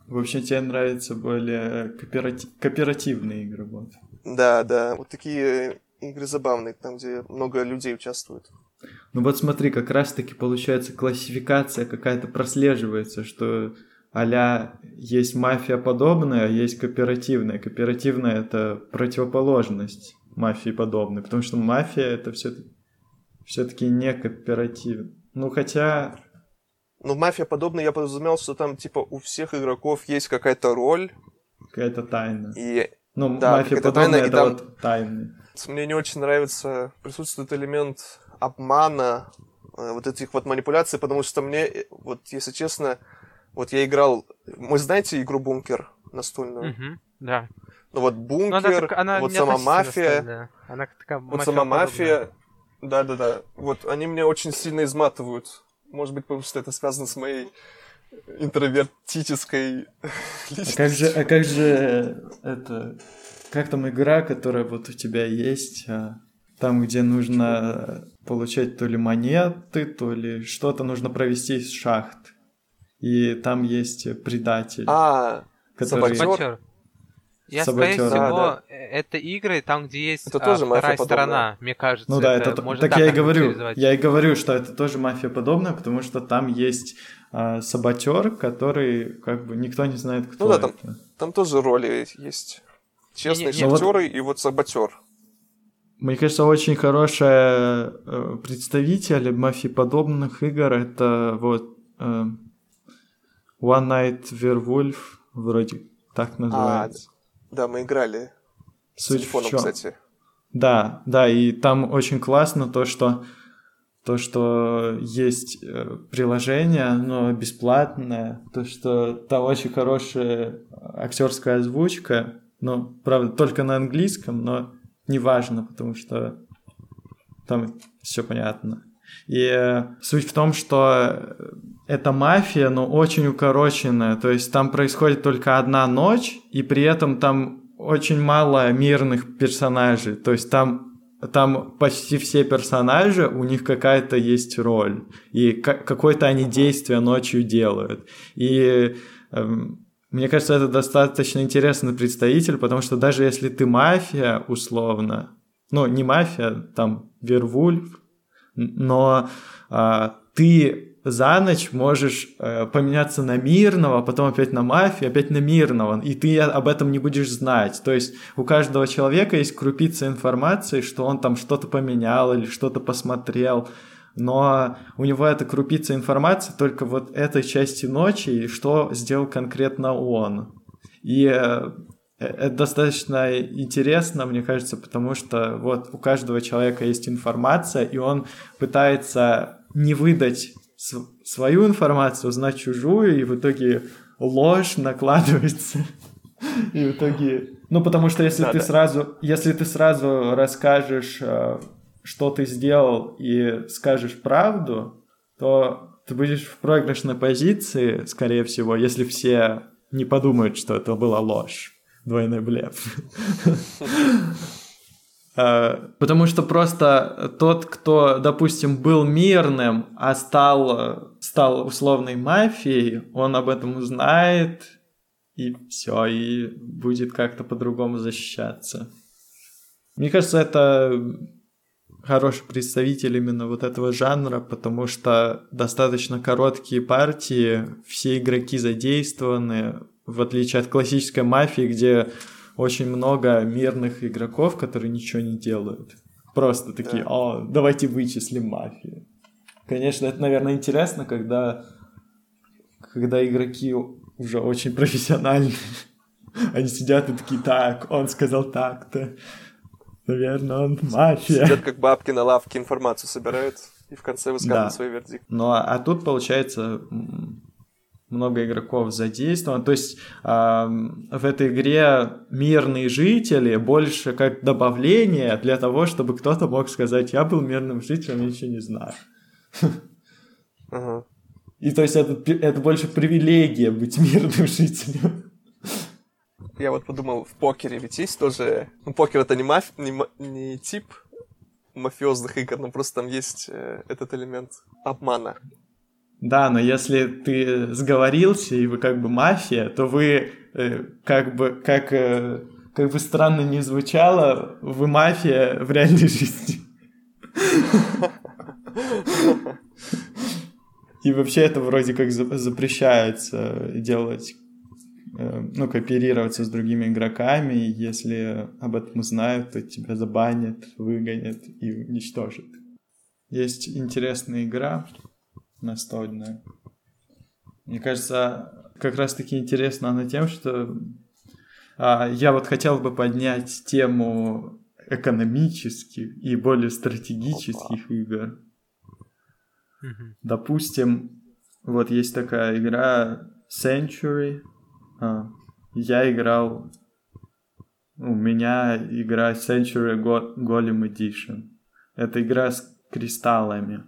В общем, тебе нравятся более кооперати... кооперативные игры, вот. Да, да, вот такие игры забавные, там, где много людей участвуют. Ну вот смотри, как раз-таки получается классификация какая-то прослеживается, что а-ля есть мафия подобная, а есть кооперативная. Кооперативная — это противоположность мафии подобной, потому что мафия — это все-таки, все-таки не кооператив. Ну хотя... Ну, мафия подобная, я подразумевал, что там, типа, у всех игроков есть какая-то роль. Какая-то тайна. И... Ну, да, мафия подобная — тайна, это там... вот тайны. Мне не очень нравится, присутствует элемент обмана, вот этих вот манипуляций, потому что мне, вот, если честно, вот я играл... Вы знаете игру «Бункер» настольную? Угу, да. Ну вот «Бункер», она, она вот сама мафия... настольная. Она такая вот сама мафия... Да-да-да. Вот они меня очень сильно изматывают. Может быть, потому что это связано с моей интровертической личностью. А как же, а как же это... Как там игра, которая вот у тебя есть, там, где нужно получать то ли монеты, то ли что-то нужно провести из шахт. И там есть предатель. А, который... Саботёр. Я, Саботёр. скорее всего, да, да. это игры, там, где есть это а, тоже вторая мафия сторона, подобная. мне кажется. Ну да, это, это можно так так я и говорю. характеризовать. Я и говорю, что это тоже мафия подобная, потому что там есть а, саботёр, который как бы никто не знает, кто ну, да, это. Там, там тоже роли есть. Честные Не, не, не, шахтеры вот... и вот саботёр. Мне кажется, очень хороший э, представитель мафиеподобных игр — это вот э, One Night Werewolf, вроде так называется. А, да, мы играли Суть с телефоном, в чём? кстати. Да, да, и там очень классно то, что то, что есть э, приложение, оно бесплатное, то, что там очень хорошая актерская озвучка, ну, правда, только на английском, но неважно, потому что там все понятно. И э, суть в том, что эта мафия, но очень укороченная, то есть там происходит только одна ночь, и при этом там очень мало мирных персонажей, то есть там там почти все персонажи, у них какая-то есть роль, и какое-то они действие ночью делают. И э, мне кажется, это достаточно интересный представитель, потому что даже если ты мафия, условно, ну, не мафия, там, Вервульф, но э, ты за ночь можешь э, поменяться на мирного, потом опять на мафию, опять на мирного, и ты об этом не будешь знать. То есть у каждого человека есть крупица информации, что он там что-то поменял или что-то посмотрел, но у него эта крупица информации только вот этой части ночи, и что сделал конкретно он. И э, это достаточно интересно, мне кажется, потому что вот у каждого человека есть информация, и он пытается не выдать свою информацию, узнать чужую, и в итоге ложь накладывается. И в итоге... Ну, потому что если да, ты да. сразу... Если ты сразу расскажешь, что ты сделал, и скажешь правду, то ты будешь в проигрышной позиции, скорее всего, если все не подумают, что это была ложь. Двойной блеф. Потому что просто тот, кто, допустим, был мирным, а стал, стал условной мафией, он об этом узнает, и все, и будет как-то по-другому защищаться. Мне кажется, это хороший представитель именно вот этого жанра, потому что достаточно короткие партии, все игроки задействованы, в отличие от классической мафии, где очень много мирных игроков, которые ничего не делают. Просто такие, да. о, давайте вычислим мафию. Конечно, это, наверное, интересно, когда, когда игроки уже очень профессиональные. Они сидят и такие, так, он сказал так-то. Наверное, он мафия. Сидят как бабки на лавке, информацию собирают и в конце высказывают да. свой вердикт. Ну, а, а тут, получается, много игроков задействовано. То есть э, в этой игре мирные жители больше как добавление для того, чтобы кто-то мог сказать, я был мирным жителем, я ничего не знаю. Ага. И то есть это, это больше привилегия быть мирным жителем. Я вот подумал, в покере ведь есть тоже... Ну, покер — это не, маф... не, ма... не тип мафиозных игр, но просто там есть э, этот элемент обмана. Да, но если ты сговорился, и вы как бы мафия, то вы э, как бы, как, э, как бы странно ни звучало, вы мафия в реальной жизни. И вообще это вроде как запрещается делать, ну, кооперироваться с другими игроками. Если об этом узнают, то тебя забанят, выгонят и уничтожат. Есть интересная игра настольная. Мне кажется, как раз-таки интересна она тем, что а, я вот хотел бы поднять тему экономических и более стратегических игр. Mm-hmm. Допустим, вот есть такая игра Century. А, я играл... У меня игра Century Golem Edition. Это игра с кристаллами.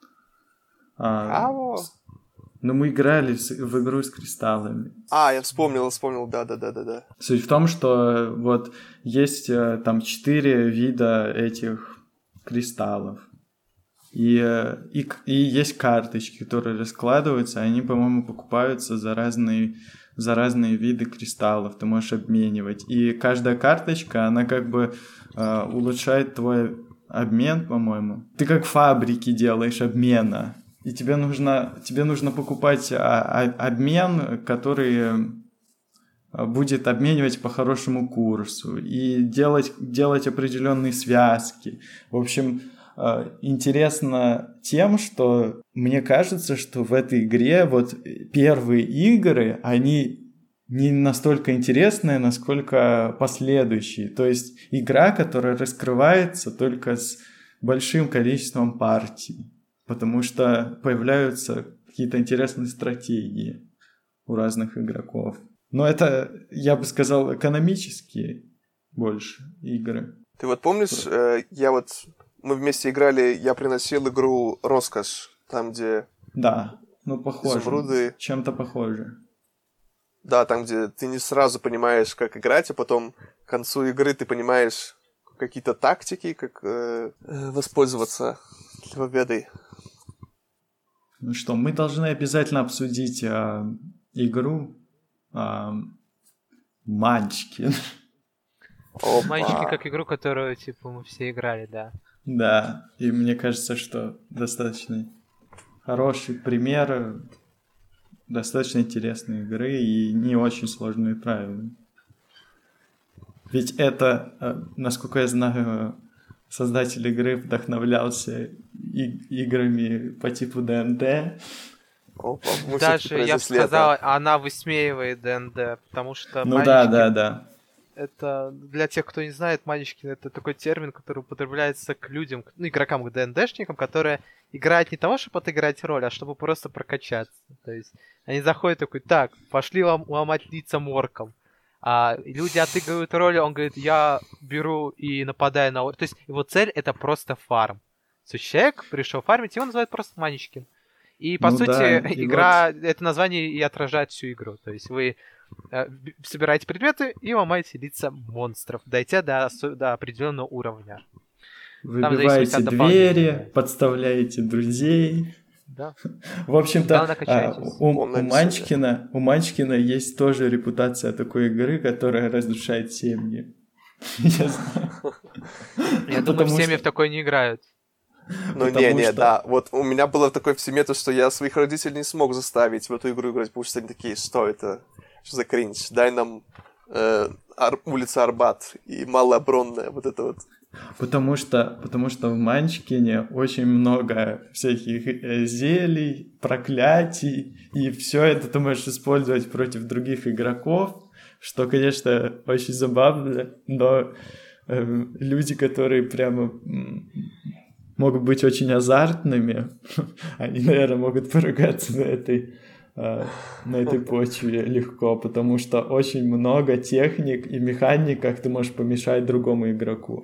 А, с... Ну, мы играли в, в игру с кристаллами. А, я вспомнил, вспомнил, да-да-да-да. Суть в том, что вот есть там четыре вида этих кристаллов. И, и, и есть карточки, которые раскладываются, они, по-моему, покупаются за разные, за разные виды кристаллов, ты можешь обменивать. И каждая карточка, она как бы э, улучшает твой обмен, по-моему. Ты как фабрики делаешь обмена. И тебе нужно, тебе нужно покупать а, а, обмен, который будет обменивать по хорошему курсу. И делать, делать определенные связки. В общем... Интересно тем, что мне кажется, что в этой игре вот первые игры, они не настолько интересные, насколько последующие. То есть игра, которая раскрывается только с большим количеством партий, потому что появляются какие-то интересные стратегии у разных игроков. Но это, я бы сказал, экономические больше игры. Ты вот помнишь, э, я вот... Мы вместе играли, я приносил игру «Роскошь», там, где... Да, ну, похоже. Изумруды. Чем-то похоже. Да, там, где ты не сразу понимаешь, как играть, а потом к концу игры ты понимаешь какие-то тактики, как э, воспользоваться для победы. Ну что, мы должны обязательно обсудить э, игру э, «Манчкин». «Манчкин» как игру, которую, типа, мы все играли, да. Да, и мне кажется, что достаточно хороший пример достаточно интересной игры и не очень сложные правила. Ведь это, насколько я знаю, создатель игры вдохновлялся и- играми по типу ди энд ди. Опа, даже, я бы сказал, это. Она высмеивает ди энд ди, потому что... Ну да, да, да. Это, для тех, кто не знает, Манчкин — это такой термин, который употребляется к людям, ну, игрокам, к ди энд ди-шникам, которые играют не того, чтобы отыграть роль, а чтобы просто прокачаться. То есть они заходят такой: так, пошли лом- ломать лица моркам. А люди отыгрывают роль, он говорит: я беру и нападаю на... То есть его цель — это просто фарм. То есть человек пришел фармить, его называют просто Манчкин. И, по ну сути, да, и игра, вот... это название и отражает всю игру. То есть вы э, собираете предметы и ломаете лица монстров, дойдя до, до определенного уровня. Выбиваете двери, подставляете друзей. Да. В общем-то, а, у, у, Манчкина, у Манчкина есть тоже репутация такой игры, которая разрушает семьи. Я знаю. Я думаю, в семьи в такой не играют. Ну, не-не, что... да. Вот у меня было такое в семье, то, что я своих родителей не смог заставить в эту игру играть, потому что они такие: что это? Что за кринж? Дай нам э, Ар... улица Арбат и Малая Бронная, вот это вот. Потому что, потому что в Манчкине очень много всяких зелий, проклятий, и все это ты можешь использовать против других игроков, что, конечно, очень забавно, но э, люди, которые прямо... могут быть очень азартными, они, наверное, могут поругаться на этой, на этой почве легко, потому что очень много техник и механик, как ты можешь помешать другому игроку.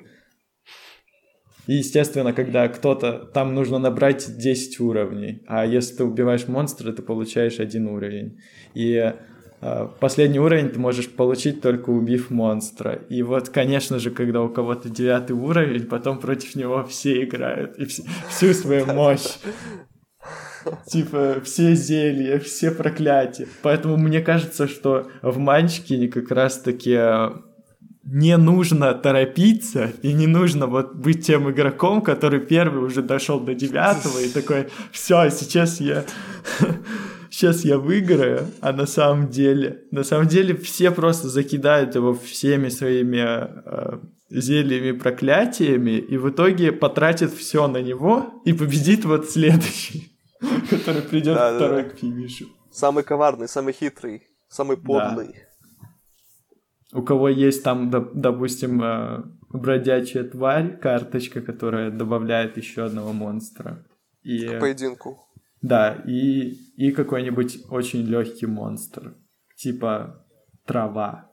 И, естественно, когда кто-то... Там нужно набрать десять уровней, а если ты убиваешь монстра, ты получаешь один уровень. И последний уровень ты можешь получить, только убив монстра. И вот, конечно же, когда у кого-то девятый уровень, потом против него все играют и вс- всю свою мощь. Типа, все зелья, все проклятия. Поэтому мне кажется, что в Манчкине как раз-таки не нужно торопиться, и не нужно вот быть тем игроком, который первый уже дошел до девятого и такой, все, сейчас я... Сейчас я выиграю, а на самом деле... На самом деле все просто закидают его всеми своими э, зельями, проклятиями, и в итоге потратят все на него, и победит вот следующий, который придет да, второй да. к финишу. Самый коварный, самый хитрый, самый подлый. Да. У кого есть там, допустим, э, бродячая тварь, карточка, которая добавляет еще одного монстра. И... К поединку. Да, и, и какой-нибудь очень легкий монстр, типа трава.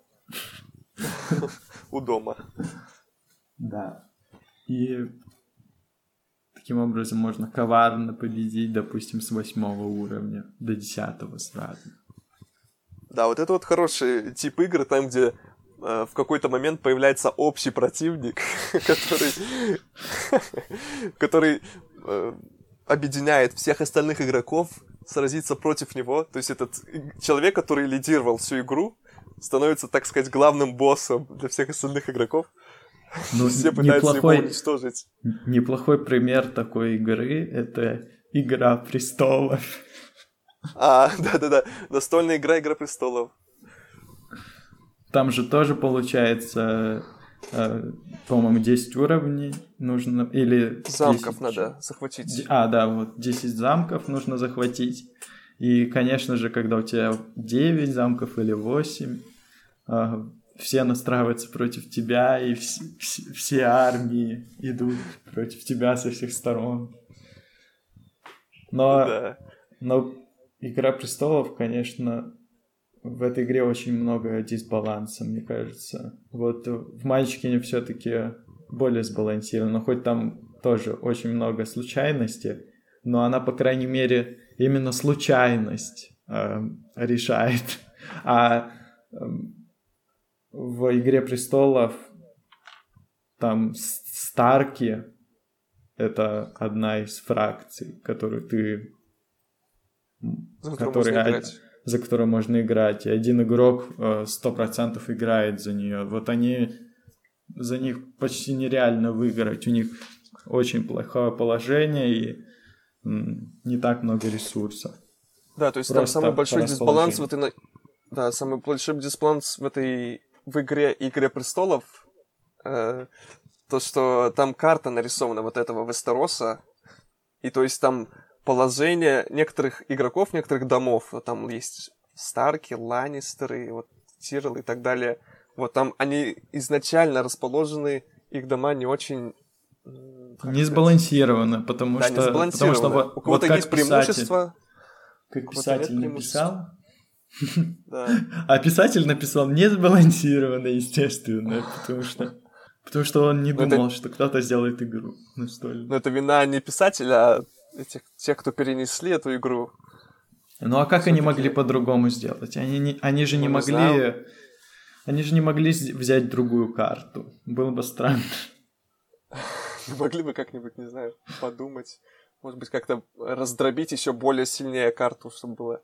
У дома. Да. И таким образом можно коварно победить, допустим, с восьмого уровня до десятого сразу. Да, вот это вот хороший тип игры, там, где э, в какой-то момент появляется общий противник, который... который... объединяет всех остальных игроков сразиться против него. То есть этот человек, который лидировал всю игру, становится, так сказать, главным боссом для всех остальных игроков. Ну, все пытаются неплохой, его уничтожить. Неплохой пример такой игры — это «Игра престолов». А, да-да-да, настольная игра «Игра престолов». Там же тоже получается... по-моему, десять уровней нужно, или... Замков десять... надо захватить. А, да, вот десять замков нужно захватить. И, конечно же, когда у тебя девять замков или восемь, все настраиваются против тебя, и все, все армии идут против тебя со всех сторон. Но, да. но «Игра престолов», конечно... В этой игре очень много дисбаланса, мне кажется. Вот в Манчкине все-таки более сбалансировано, хоть там тоже очень много случайностей, но она, по крайней мере, именно случайность э, решает. А э, в «Игре престолов» там Старки — это одна из фракций, которую ты... За которую за которую можно играть, и один игрок сто процентов играет за нее. Вот они, за них почти нереально выиграть, у них очень плохое положение и м, не так много ресурсов. Да, то есть Просто там самый большой дисбаланс в этой... Да, самый большой дисбаланс в этой в игре «Игре престолов», э, то, что там карта нарисована вот этого Вестероса, и то есть там положение некоторых игроков, некоторых домов. Там есть Старки, Ланнистеры, вот, Тирелл и так далее. Вот там они изначально расположены, их дома не очень... Не сбалансированы, потому да, что... не сбалансированы. Потому что у кого-то вот есть преимущество. Как писатель написал... Да. А писатель написал не сбалансированно, естественно, потому что... Потому что он не думал, это... что кто-то сделает игру настольную. Но это вина не писателя, а этих, тех, кто перенесли эту игру. Ну а как Все-таки... они могли по-другому сделать? Они, не, они же не ну, могли... Не они же не могли взять другую карту. Было бы странно. Могли бы как-нибудь, не знаю, подумать. Может быть, как-то раздробить еще более сильнее карту, чтобы было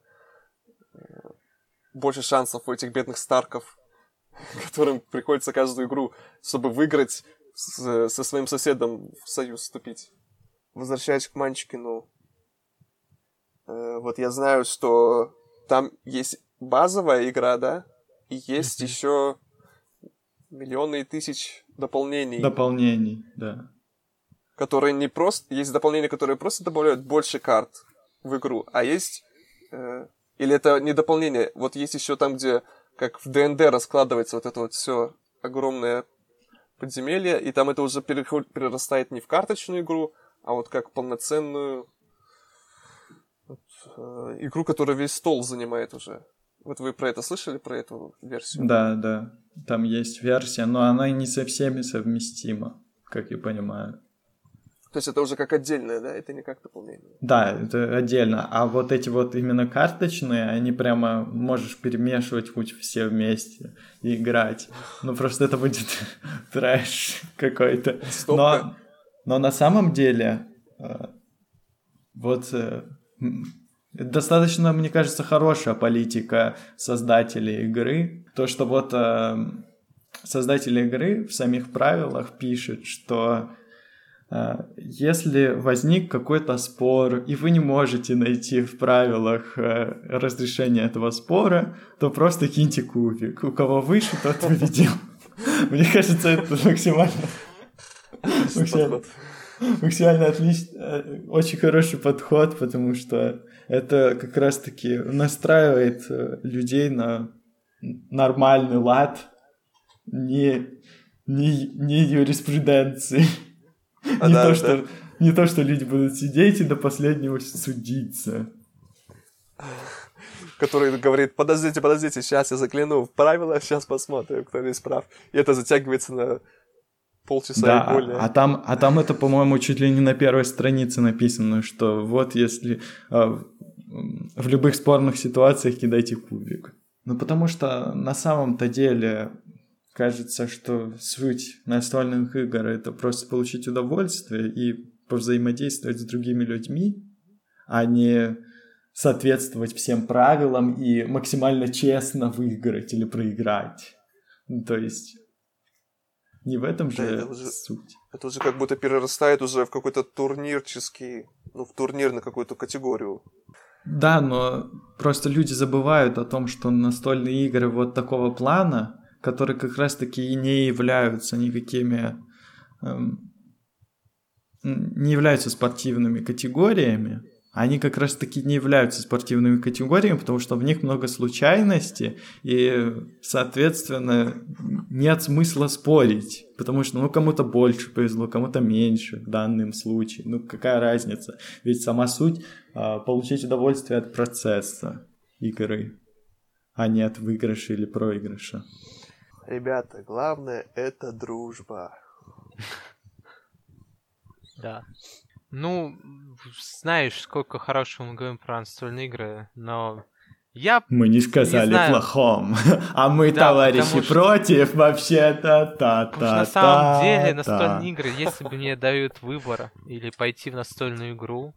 больше шансов у этих бедных Старков, которым приходится каждую игру, чтобы выиграть, с, со своим соседом в союз вступить. Возвращаясь к Манчкину, э, вот я знаю, что там есть базовая игра, да, и есть еще миллионы и тысяч дополнений. Дополнений, да. Которые не просто... Есть дополнения, которые просто добавляют больше карт в игру, а есть... Э, или это не дополнение, вот есть еще там, где как в ди энд ди раскладывается вот это вот все огромное подземелье, и там это уже переход, перерастает не в карточную игру, а вот как полноценную вот, э, игру, которая весь стол занимает уже. Вот вы про это слышали, про эту версию? Да, да. Там есть версия, но она не со всеми совместима, как я понимаю. То есть это уже как отдельное, да? Это не как дополнение? Да, это отдельно. А вот эти вот именно карточные, они прямо можешь перемешивать хоть все вместе и играть. Ну просто это будет трэш какой-то. Но, но на самом деле, вот достаточно, мне кажется, хорошая политика создателей игры. То, что вот э, создатели игры в самих правилах пишут, что э, если возник какой-то спор, и вы не можете найти в правилах э, разрешение этого спора, то просто киньте кубик. У кого выше, тот победил. Мне кажется, это максимально... Максимально, максимально отличный, очень хороший подход, потому что это как раз-таки настраивает людей на нормальный лад, не, не, не юриспруденции. А не, да, то, да. Что, не то, что люди будут сидеть и до последнего судиться. Который говорит: подождите, подождите, сейчас я загляну в правила, сейчас посмотрим, кто здесь прав. И это затягивается на полчаса да, и более. А там, а там это, по-моему, чуть ли не на первой странице написано, что вот если э, в любых спорных ситуациях кидайте кубик. Ну, потому что на самом-то деле кажется, что суть настольных игр — это просто получить удовольствие и повзаимодействовать с другими людьми, а не соответствовать всем правилам и максимально честно выиграть или проиграть. То есть не в этом же это уже, суть. Это уже как будто перерастает уже в какой-то турнирческий, ну, в турнирную какую-то категорию. Да, но просто люди забывают о том, что настольные игры вот такого плана, которые как раз-таки и не являются никакими... Эм, не являются спортивными категориями, они как раз-таки не являются спортивными категориями, потому что в них много случайностей, и, соответственно, нет смысла спорить, потому что, ну, кому-то больше повезло, кому-то меньше в данном случае. Ну, какая разница? Ведь сама суть а, — получить удовольствие от процесса игры, а не от выигрыша или проигрыша. Ребята, главное — это дружба. Да. Ну, знаешь, сколько хорошего мы говорим про настольные игры, но я Мы не сказали не плохом, а мы да, товарищи что... против, вообще-то та-та-та. Потому что на самом деле настольные игры, если бы мне дают выбор или пойти в настольную игру,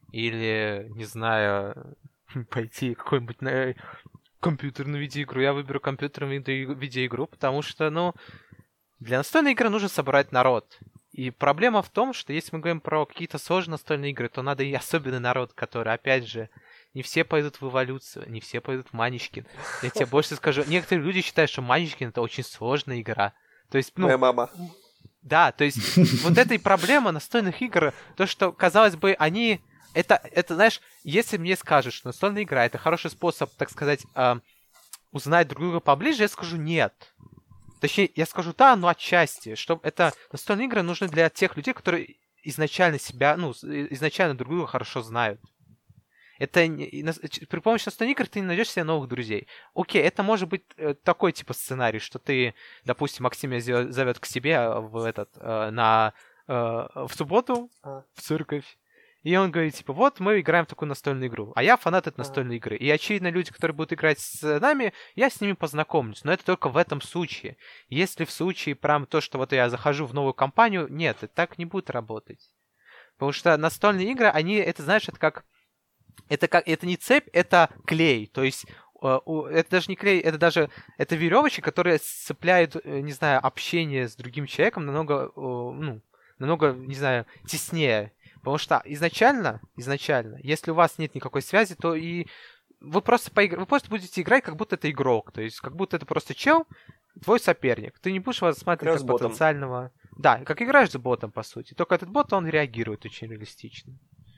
или, не знаю, пойти какой-нибудь на компьютерную видеоигру, я выберу компьютерную видеоигру, потому что, ну, для настольной игры нужно собрать народ. И проблема в том, что если мы говорим про какие-то сложные настольные игры, то надо и особенный народ, который, опять же, не все пойдут в эволюцию, не все пойдут в Маничкин. Я тебе больше скажу, некоторые люди считают, что Маничкин — это очень сложная игра. То есть, ну... Моя мама. Да, то есть вот эта и проблема настольных игр, то, что, казалось бы, они... Это, это, знаешь, если мне скажут, что настольная игра — это хороший способ, так сказать, э, узнать друг друга поближе, я скажу нет. Точнее, я скажу да, но отчасти, что это настольные игры нужны для тех людей, которые изначально себя, ну, изначально друг друга хорошо знают. Это при помощи настольных игр ты не найдешь себе новых друзей. Окей, это может быть такой типа сценарий, что ты, допустим, Максима зовет к себе в этот на в субботу в церковь. И он говорит, типа, вот мы играем в такую настольную игру. А я фанат этой настольной игры. И, очевидно, люди, которые будут играть с нами, я с ними познакомлюсь. Но это только в этом случае. Если в случае прям то, что вот я захожу в новую компанию, нет, это так не будет работать. Потому что настольные игры, они, это, знаешь, это как... Это, как, это не цепь, это клей. То есть это даже не клей, это даже это веревочки, которые сцепляют, не знаю, общение с другим человеком намного, ну, намного, не знаю, теснее. Потому что изначально, изначально, если у вас нет никакой связи, то и вы просто поигр... вы просто будете играть, как будто это игрок. То есть, как будто это просто чел, твой соперник. Ты не будешь его рассматривать как потенциального... Да, как играешь с ботом, по сути. Только этот бот, он реагирует очень реалистично.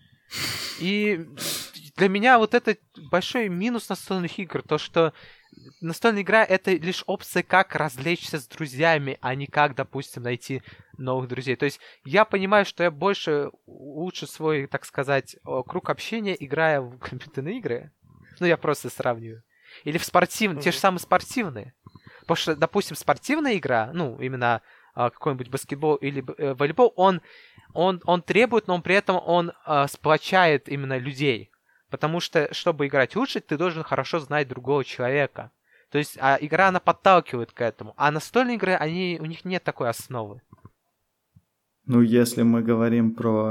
И для меня вот это большой минус настольных игр, то, что настольная игра — это лишь опция, как развлечься с друзьями, а не как, допустим, найти новых друзей. То есть я понимаю, что я больше улучшу свой, так сказать, круг общения, играя в компьютерные игры. Ну, я просто сравниваю. Или в спортивные, mm-hmm. те же самые спортивные. Потому что, допустим, спортивная игра, ну, именно какой-нибудь баскетбол или волейбол, он, он, он требует, но он при этом он э, сплочает именно людей. Потому что, чтобы играть лучше, ты должен хорошо знать другого человека. То есть а игра, она подталкивает к этому. А настольные игры, они, у них нет такой основы. Ну, если мы говорим про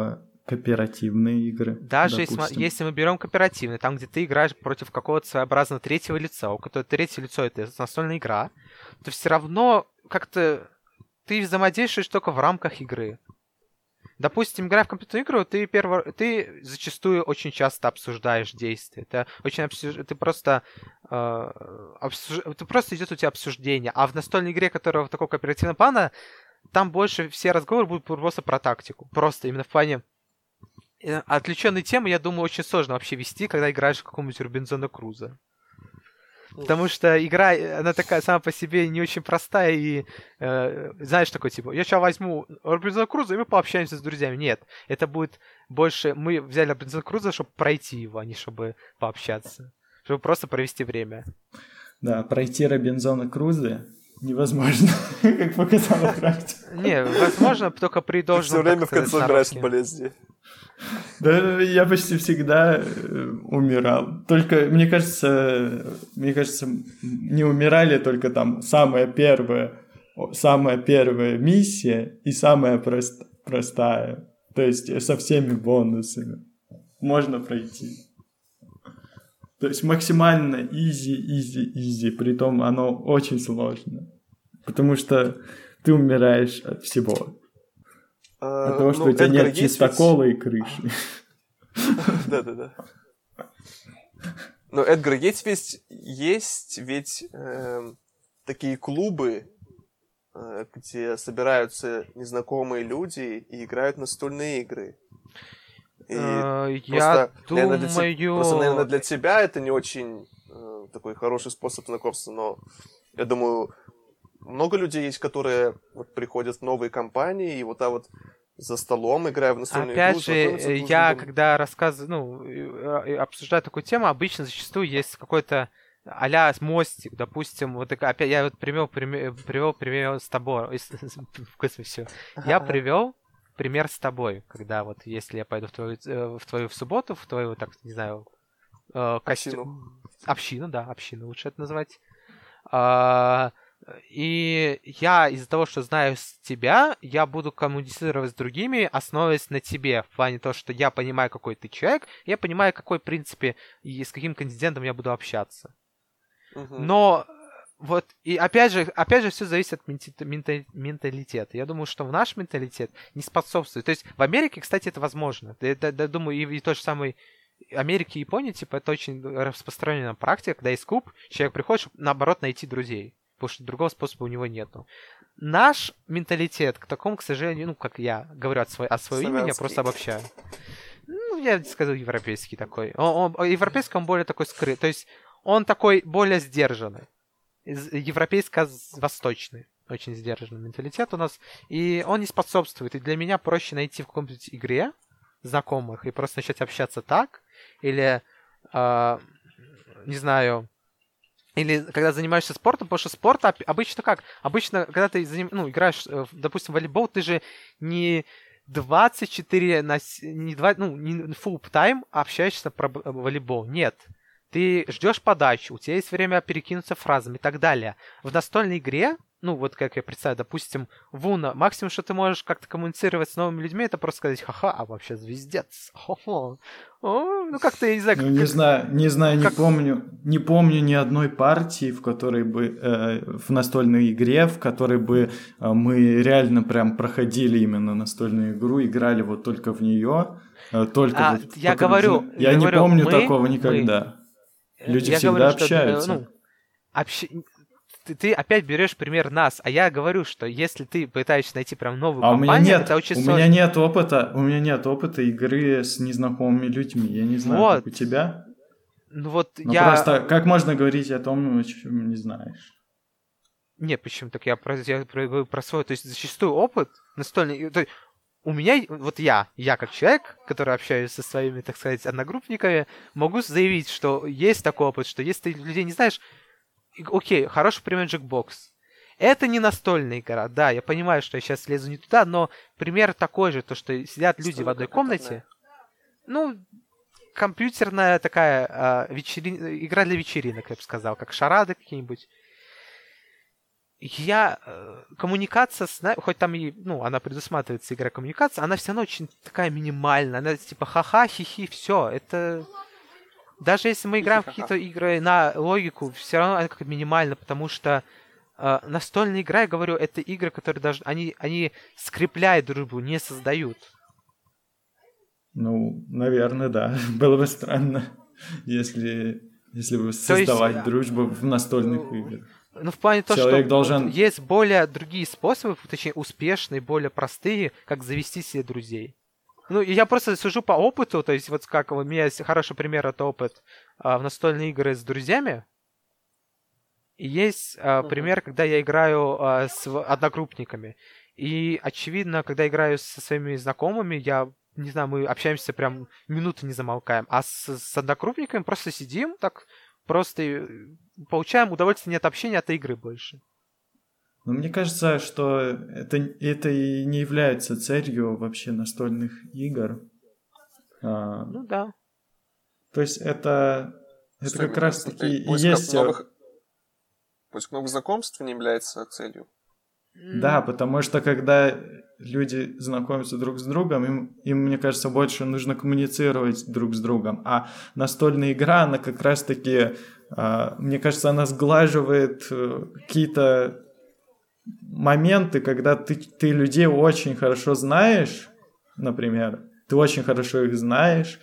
кооперативные игры. Даже если, если мы берем кооперативные, там, где ты играешь против какого-то своеобразного третьего лица, у которого третье лицо — это настольная игра, то все равно как-то ты взаимодействуешь только в рамках игры. Допустим, играя в компьютерную игру, ты, перво... ты зачастую очень часто обсуждаешь действия. Это очень обсуж... Ты просто... Э, обсуж... Ты просто идет у тебя обсуждение. А в настольной игре, которая в такого кооперативного плана, там больше все разговоры будут просто про тактику. Просто именно в плане отвлеченной темы, я думаю, очень сложно вообще вести, когда играешь в какого-нибудь Робинзона Круза. Потому что игра, она такая сама по себе не очень простая, и э, знаешь, такой типа, я сейчас возьму Робинзона Круза, и мы пообщаемся с друзьями. Нет, это будет больше... Мы взяли Робинзона Круза, чтобы пройти его, а не чтобы пообщаться. Чтобы просто провести время. Да, пройти Робинзона Круза невозможно, как показала практика. Не, возможно, только при должном... Все время в конце играешь в болезни. Да, я почти всегда э, умирал. Только, мне кажется, мне кажется, не умирали только там самая первая, самая первая миссия и самая прост, простая. То есть со всеми бонусами. Можно пройти. То есть максимально изи, изи, изи. Притом оно очень сложно. Потому что ты умираешь от всего. От того, что ну, у тебя Эдгар, нет чистокола ведь... и крыши. Да-да-да. Но, Эдгар, есть ведь, есть ведь э, такие клубы, э, где собираются незнакомые люди и играют настольные игры. И uh, просто, я наверное, думаю... для te... просто, наверное, для тебя это не очень э, такой хороший способ знакомства, но я думаю... Много людей есть, которые вот приходят в новые компании, и вот так вот за столом, играя в настольную Опять игру... Опять же, я, другом. когда рассказываю, ну, обсуждаю такую тему, обычно зачастую есть какой-то а-ля мостик, допустим, вот опять я вот привел пример, привел пример с тобой, все. Я привел пример с тобой, когда вот если я пойду в твою, в твою в субботу, в твою, так, не знаю, общину. Общину, да, общину лучше это назвать. И я из-за того, что знаю тебя, я буду коммуницировать с другими, основываясь на тебе. В плане того, что я понимаю, какой ты человек, я понимаю, какой, в принципе, и с каким контингентом я буду общаться. Uh-huh. Но вот, и опять же, опять же, все зависит от менти- менталитета. Я думаю, что в наш менталитет не способствует. То есть в Америке, кстати, это возможно. Я, я, я думаю, и, и тот же самый Америка и Япония, типа, это очень распространенная практика, когда есть клуб, человек приходит, чтобы, наоборот, найти друзей. Потому что другого способа у него нету. Наш менталитет к такому, к сожалению, ну, как я говорю от, свой, от своего имени, я просто обобщаю. Ну, я сказал европейский такой. Он, он, европейский, он более такой скрытый. То есть он такой более сдержанный. Европейско-восточный. Очень сдержанный менталитет у нас. И он не способствует. И для меня проще найти в какой-нибудь игре знакомых и просто начать общаться так. Или, э, не знаю... Или когда занимаешься спортом, потому что спорт обычно как? Обычно, когда ты заним... ну, играешь, допустим, в волейбол, ты же не двадцать четыре на... не, два... ну, не full time общаешься про волейбол. Нет. Ты ждешь подачу, у тебя есть время перекинуться фразами и так далее. В настольной игре, ну, вот как я представляю, допустим, в Уно, максимум, что ты можешь как-то коммуницировать с новыми людьми, это просто сказать, ха-ха, а вообще звездец. Хо-хо. О, ну, как-то, я не знаю... Ну, как... не знаю, не знаю, как... не помню, не помню ни одной партии, в которой бы, э, в настольной игре, в которой бы э, мы реально прям проходили именно настольную игру, играли вот только в нее, э, только... А, вот, я только говорю... в... Я говорю, не помню мы, такого никогда. Мы... Люди я всегда говорю, общаются. Что, ну, общ... ты, ты опять берешь пример нас, а я говорю, что если ты пытаешься найти прям новую а компанию, у меня нет, это очень у сложно. меня нет опыта, у меня нет опыта игры с незнакомыми людьми. Я не знаю, вот. Как у тебя. Ну вот Но я... просто как можно говорить о том, о чем не знаешь? Нет, почему так я про, я про, про свой, то есть зачастую опыт настольный. То есть, у меня, вот я, я как человек, который общаюсь со своими, так сказать, одногруппниками, могу заявить, что есть такой опыт, что если ты людей не знаешь, окей, хороший пример Джекбокс. Это не настольная игра, да, я понимаю, что я сейчас лезу не туда, но пример такой же, то, что сидят люди в одной комнате, ну, компьютерная такая а, вечери... игра для вечеринок, я бы сказал, как шарады какие-нибудь. я... Коммуникация, с, хоть там и, ну, она предусматривается, игра коммуникация, она все равно очень такая минимальная. Она типа ха-ха, хи-хи, все. Это... Даже если мы играем в какие-то игры на логику, все равно это как минимально, потому что э, настольная игра, я говорю, это игры, которые даже... Они, они скрепляют дружбу, не создают. Ну, наверное, да. Было бы странно, если, если бы создавать есть, дружбу в настольных играх. Ну, в плане того, Человек что должен... есть более другие способы, точнее, успешные, более простые, как завести себе друзей. Ну, я просто сужу по опыту, то есть вот как у меня есть хороший пример, это опыт а, в настольные игры с друзьями. И есть а, uh-huh. пример, когда я играю а, с одногруппниками. И, очевидно, когда играю со своими знакомыми, я, не знаю, мы общаемся прям минуты не замолкаем. А с, с одногруппниками просто сидим, так просто получаем удовольствие не от общения, а от игры больше. Но мне кажется, что это, это и не является целью вообще настольных игр. А, ну да. То есть это, это Стой, как раз таки и поиск есть... Новых... Поиск новых знакомств не является целью. Да, потому что когда люди знакомятся друг с другом, им, им, мне кажется, больше нужно коммуницировать друг с другом. А настольная игра, она как раз таки, а, мне кажется, она сглаживает какие-то моменты, когда ты, ты людей очень хорошо знаешь, например, ты очень хорошо их знаешь,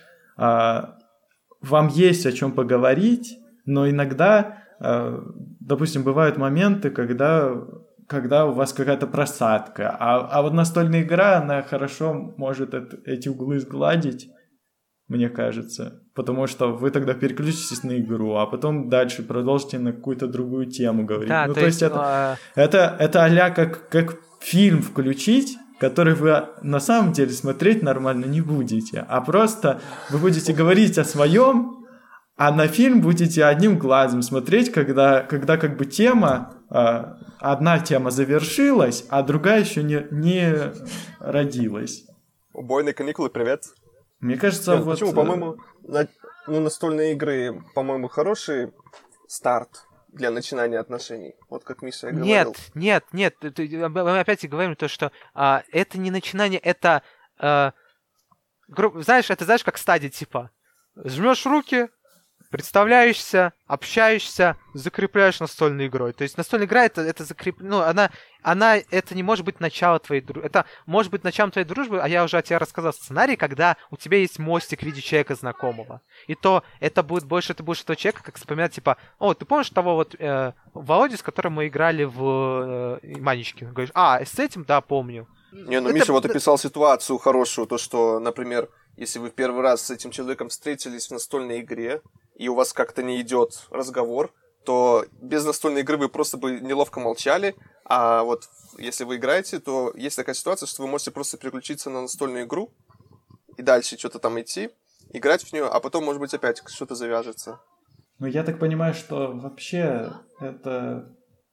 а, вам есть о чем поговорить, но иногда, а, допустим, бывают моменты, когда, когда у вас какая-то просадка, а, а вот настольная игра, она хорошо может это, эти углы сгладить, мне кажется, потому что вы тогда переключитесь на игру, а потом дальше продолжите на какую-то другую тему говорить. Да, ну, то, то есть, есть это, а... это, это а-ля как, как фильм включить, который вы на самом деле смотреть нормально не будете, а просто вы будете говорить о своем, а на фильм будете одним глазом смотреть, когда, когда как бы тема, одна тема завершилась, а другая еще не, не родилась. Убойные каникулы, привет. Мне кажется, Нет, вот... Почему? По-моему, на... ну, настольные игры, по-моему, хороший старт для начинания отношений. Вот как Миша и говорил. Нет, нет, нет. Мы опять говорим то, что а, это не начинание, это... А, гру... Знаешь, это знаешь, как стадия, типа, жмешь руки, представляешься, общаешься, закрепляешь настольной игрой. То есть настольная игра это, это закреплено, ну, она, она, это не может быть начало твоей дружбы. Это может быть началом твоей дружбы, а я уже тебе рассказал сценарий, когда у тебя есть мостик в виде человека знакомого. И то это будет больше, ты будешь этого человека, как вспоминать, типа, о, ты помнишь того вот э, Володю, с которым мы играли в э, Манечкин? Говоришь, а, с этим, да, помню. Не, ну это... Миша вот описал ситуацию хорошую, то, что, например, если вы в первый раз с этим человеком встретились в настольной игре, и у вас как-то не идет разговор, то без настольной игры вы просто бы неловко молчали, а вот если вы играете, то есть такая ситуация, что вы можете просто переключиться на настольную игру и дальше что-то там идти, играть в нее, а потом, может быть, опять что-то завяжется. Ну, я так понимаю, что вообще это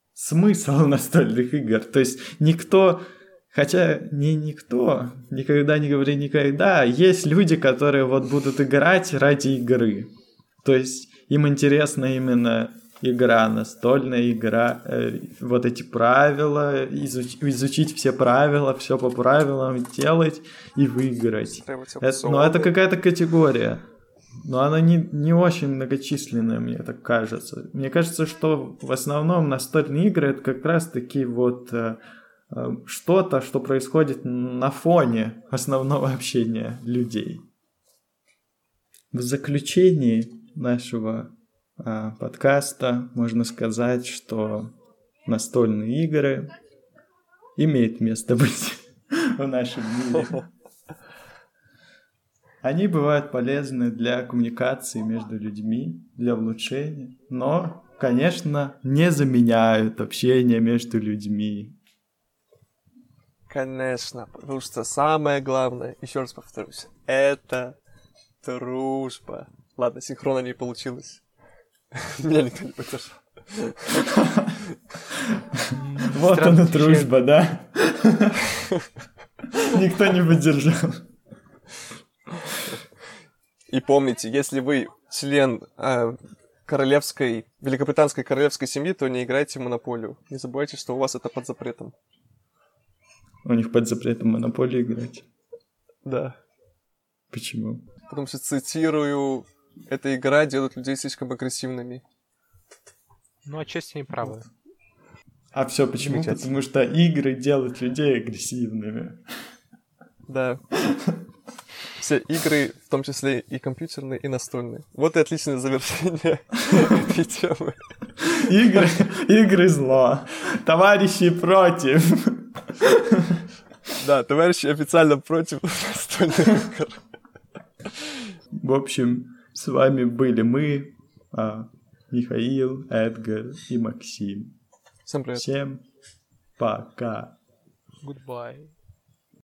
смысл настольных игр. То есть никто... Хотя не никто, никогда не говори никогда, есть люди, которые вот будут играть ради игры. То есть им интересна именно игра, настольная игра, э, вот эти правила, изуч, изучить все правила, все по правилам делать и выиграть. Это, но это какая-то категория. Но она не, не очень многочисленная, мне так кажется. Мне кажется, что в основном настольные игры это как раз таки вот... что-то, что происходит на фоне основного общения людей. В заключении нашего а, подкаста можно сказать, что настольные игры имеют место быть в нашем мире. Они бывают полезны для коммуникации между людьми, для улучшения, но, конечно, не заменяют общение между людьми. Конечно, потому что самое главное, еще раз повторюсь, это дружба. Ладно, синхронно не получилось. Меня никто не поддержал. Вот она дружба, да? Никто не поддержал. И помните, если вы член королевской, великобританской королевской семьи, то не играйте в Монополию. Не забывайте, что у вас это под запретом. У них под запретом Монополию играть? Да. Почему? Потому что, цитирую, эта игра делает людей слишком агрессивными. Ну, отчасти они правы. А все почему? Потому что игры делают людей агрессивными. Да. Все игры, в том числе и компьютерные, и настольные. Вот и отличное завершение этой темы. Игры, игры зло. Товарищи против. Да, товарищи официально против настольных игр. В общем, с вами были мы, Михаил, Эдгар и Максим. Всем привет. Всем пока. Goodbye.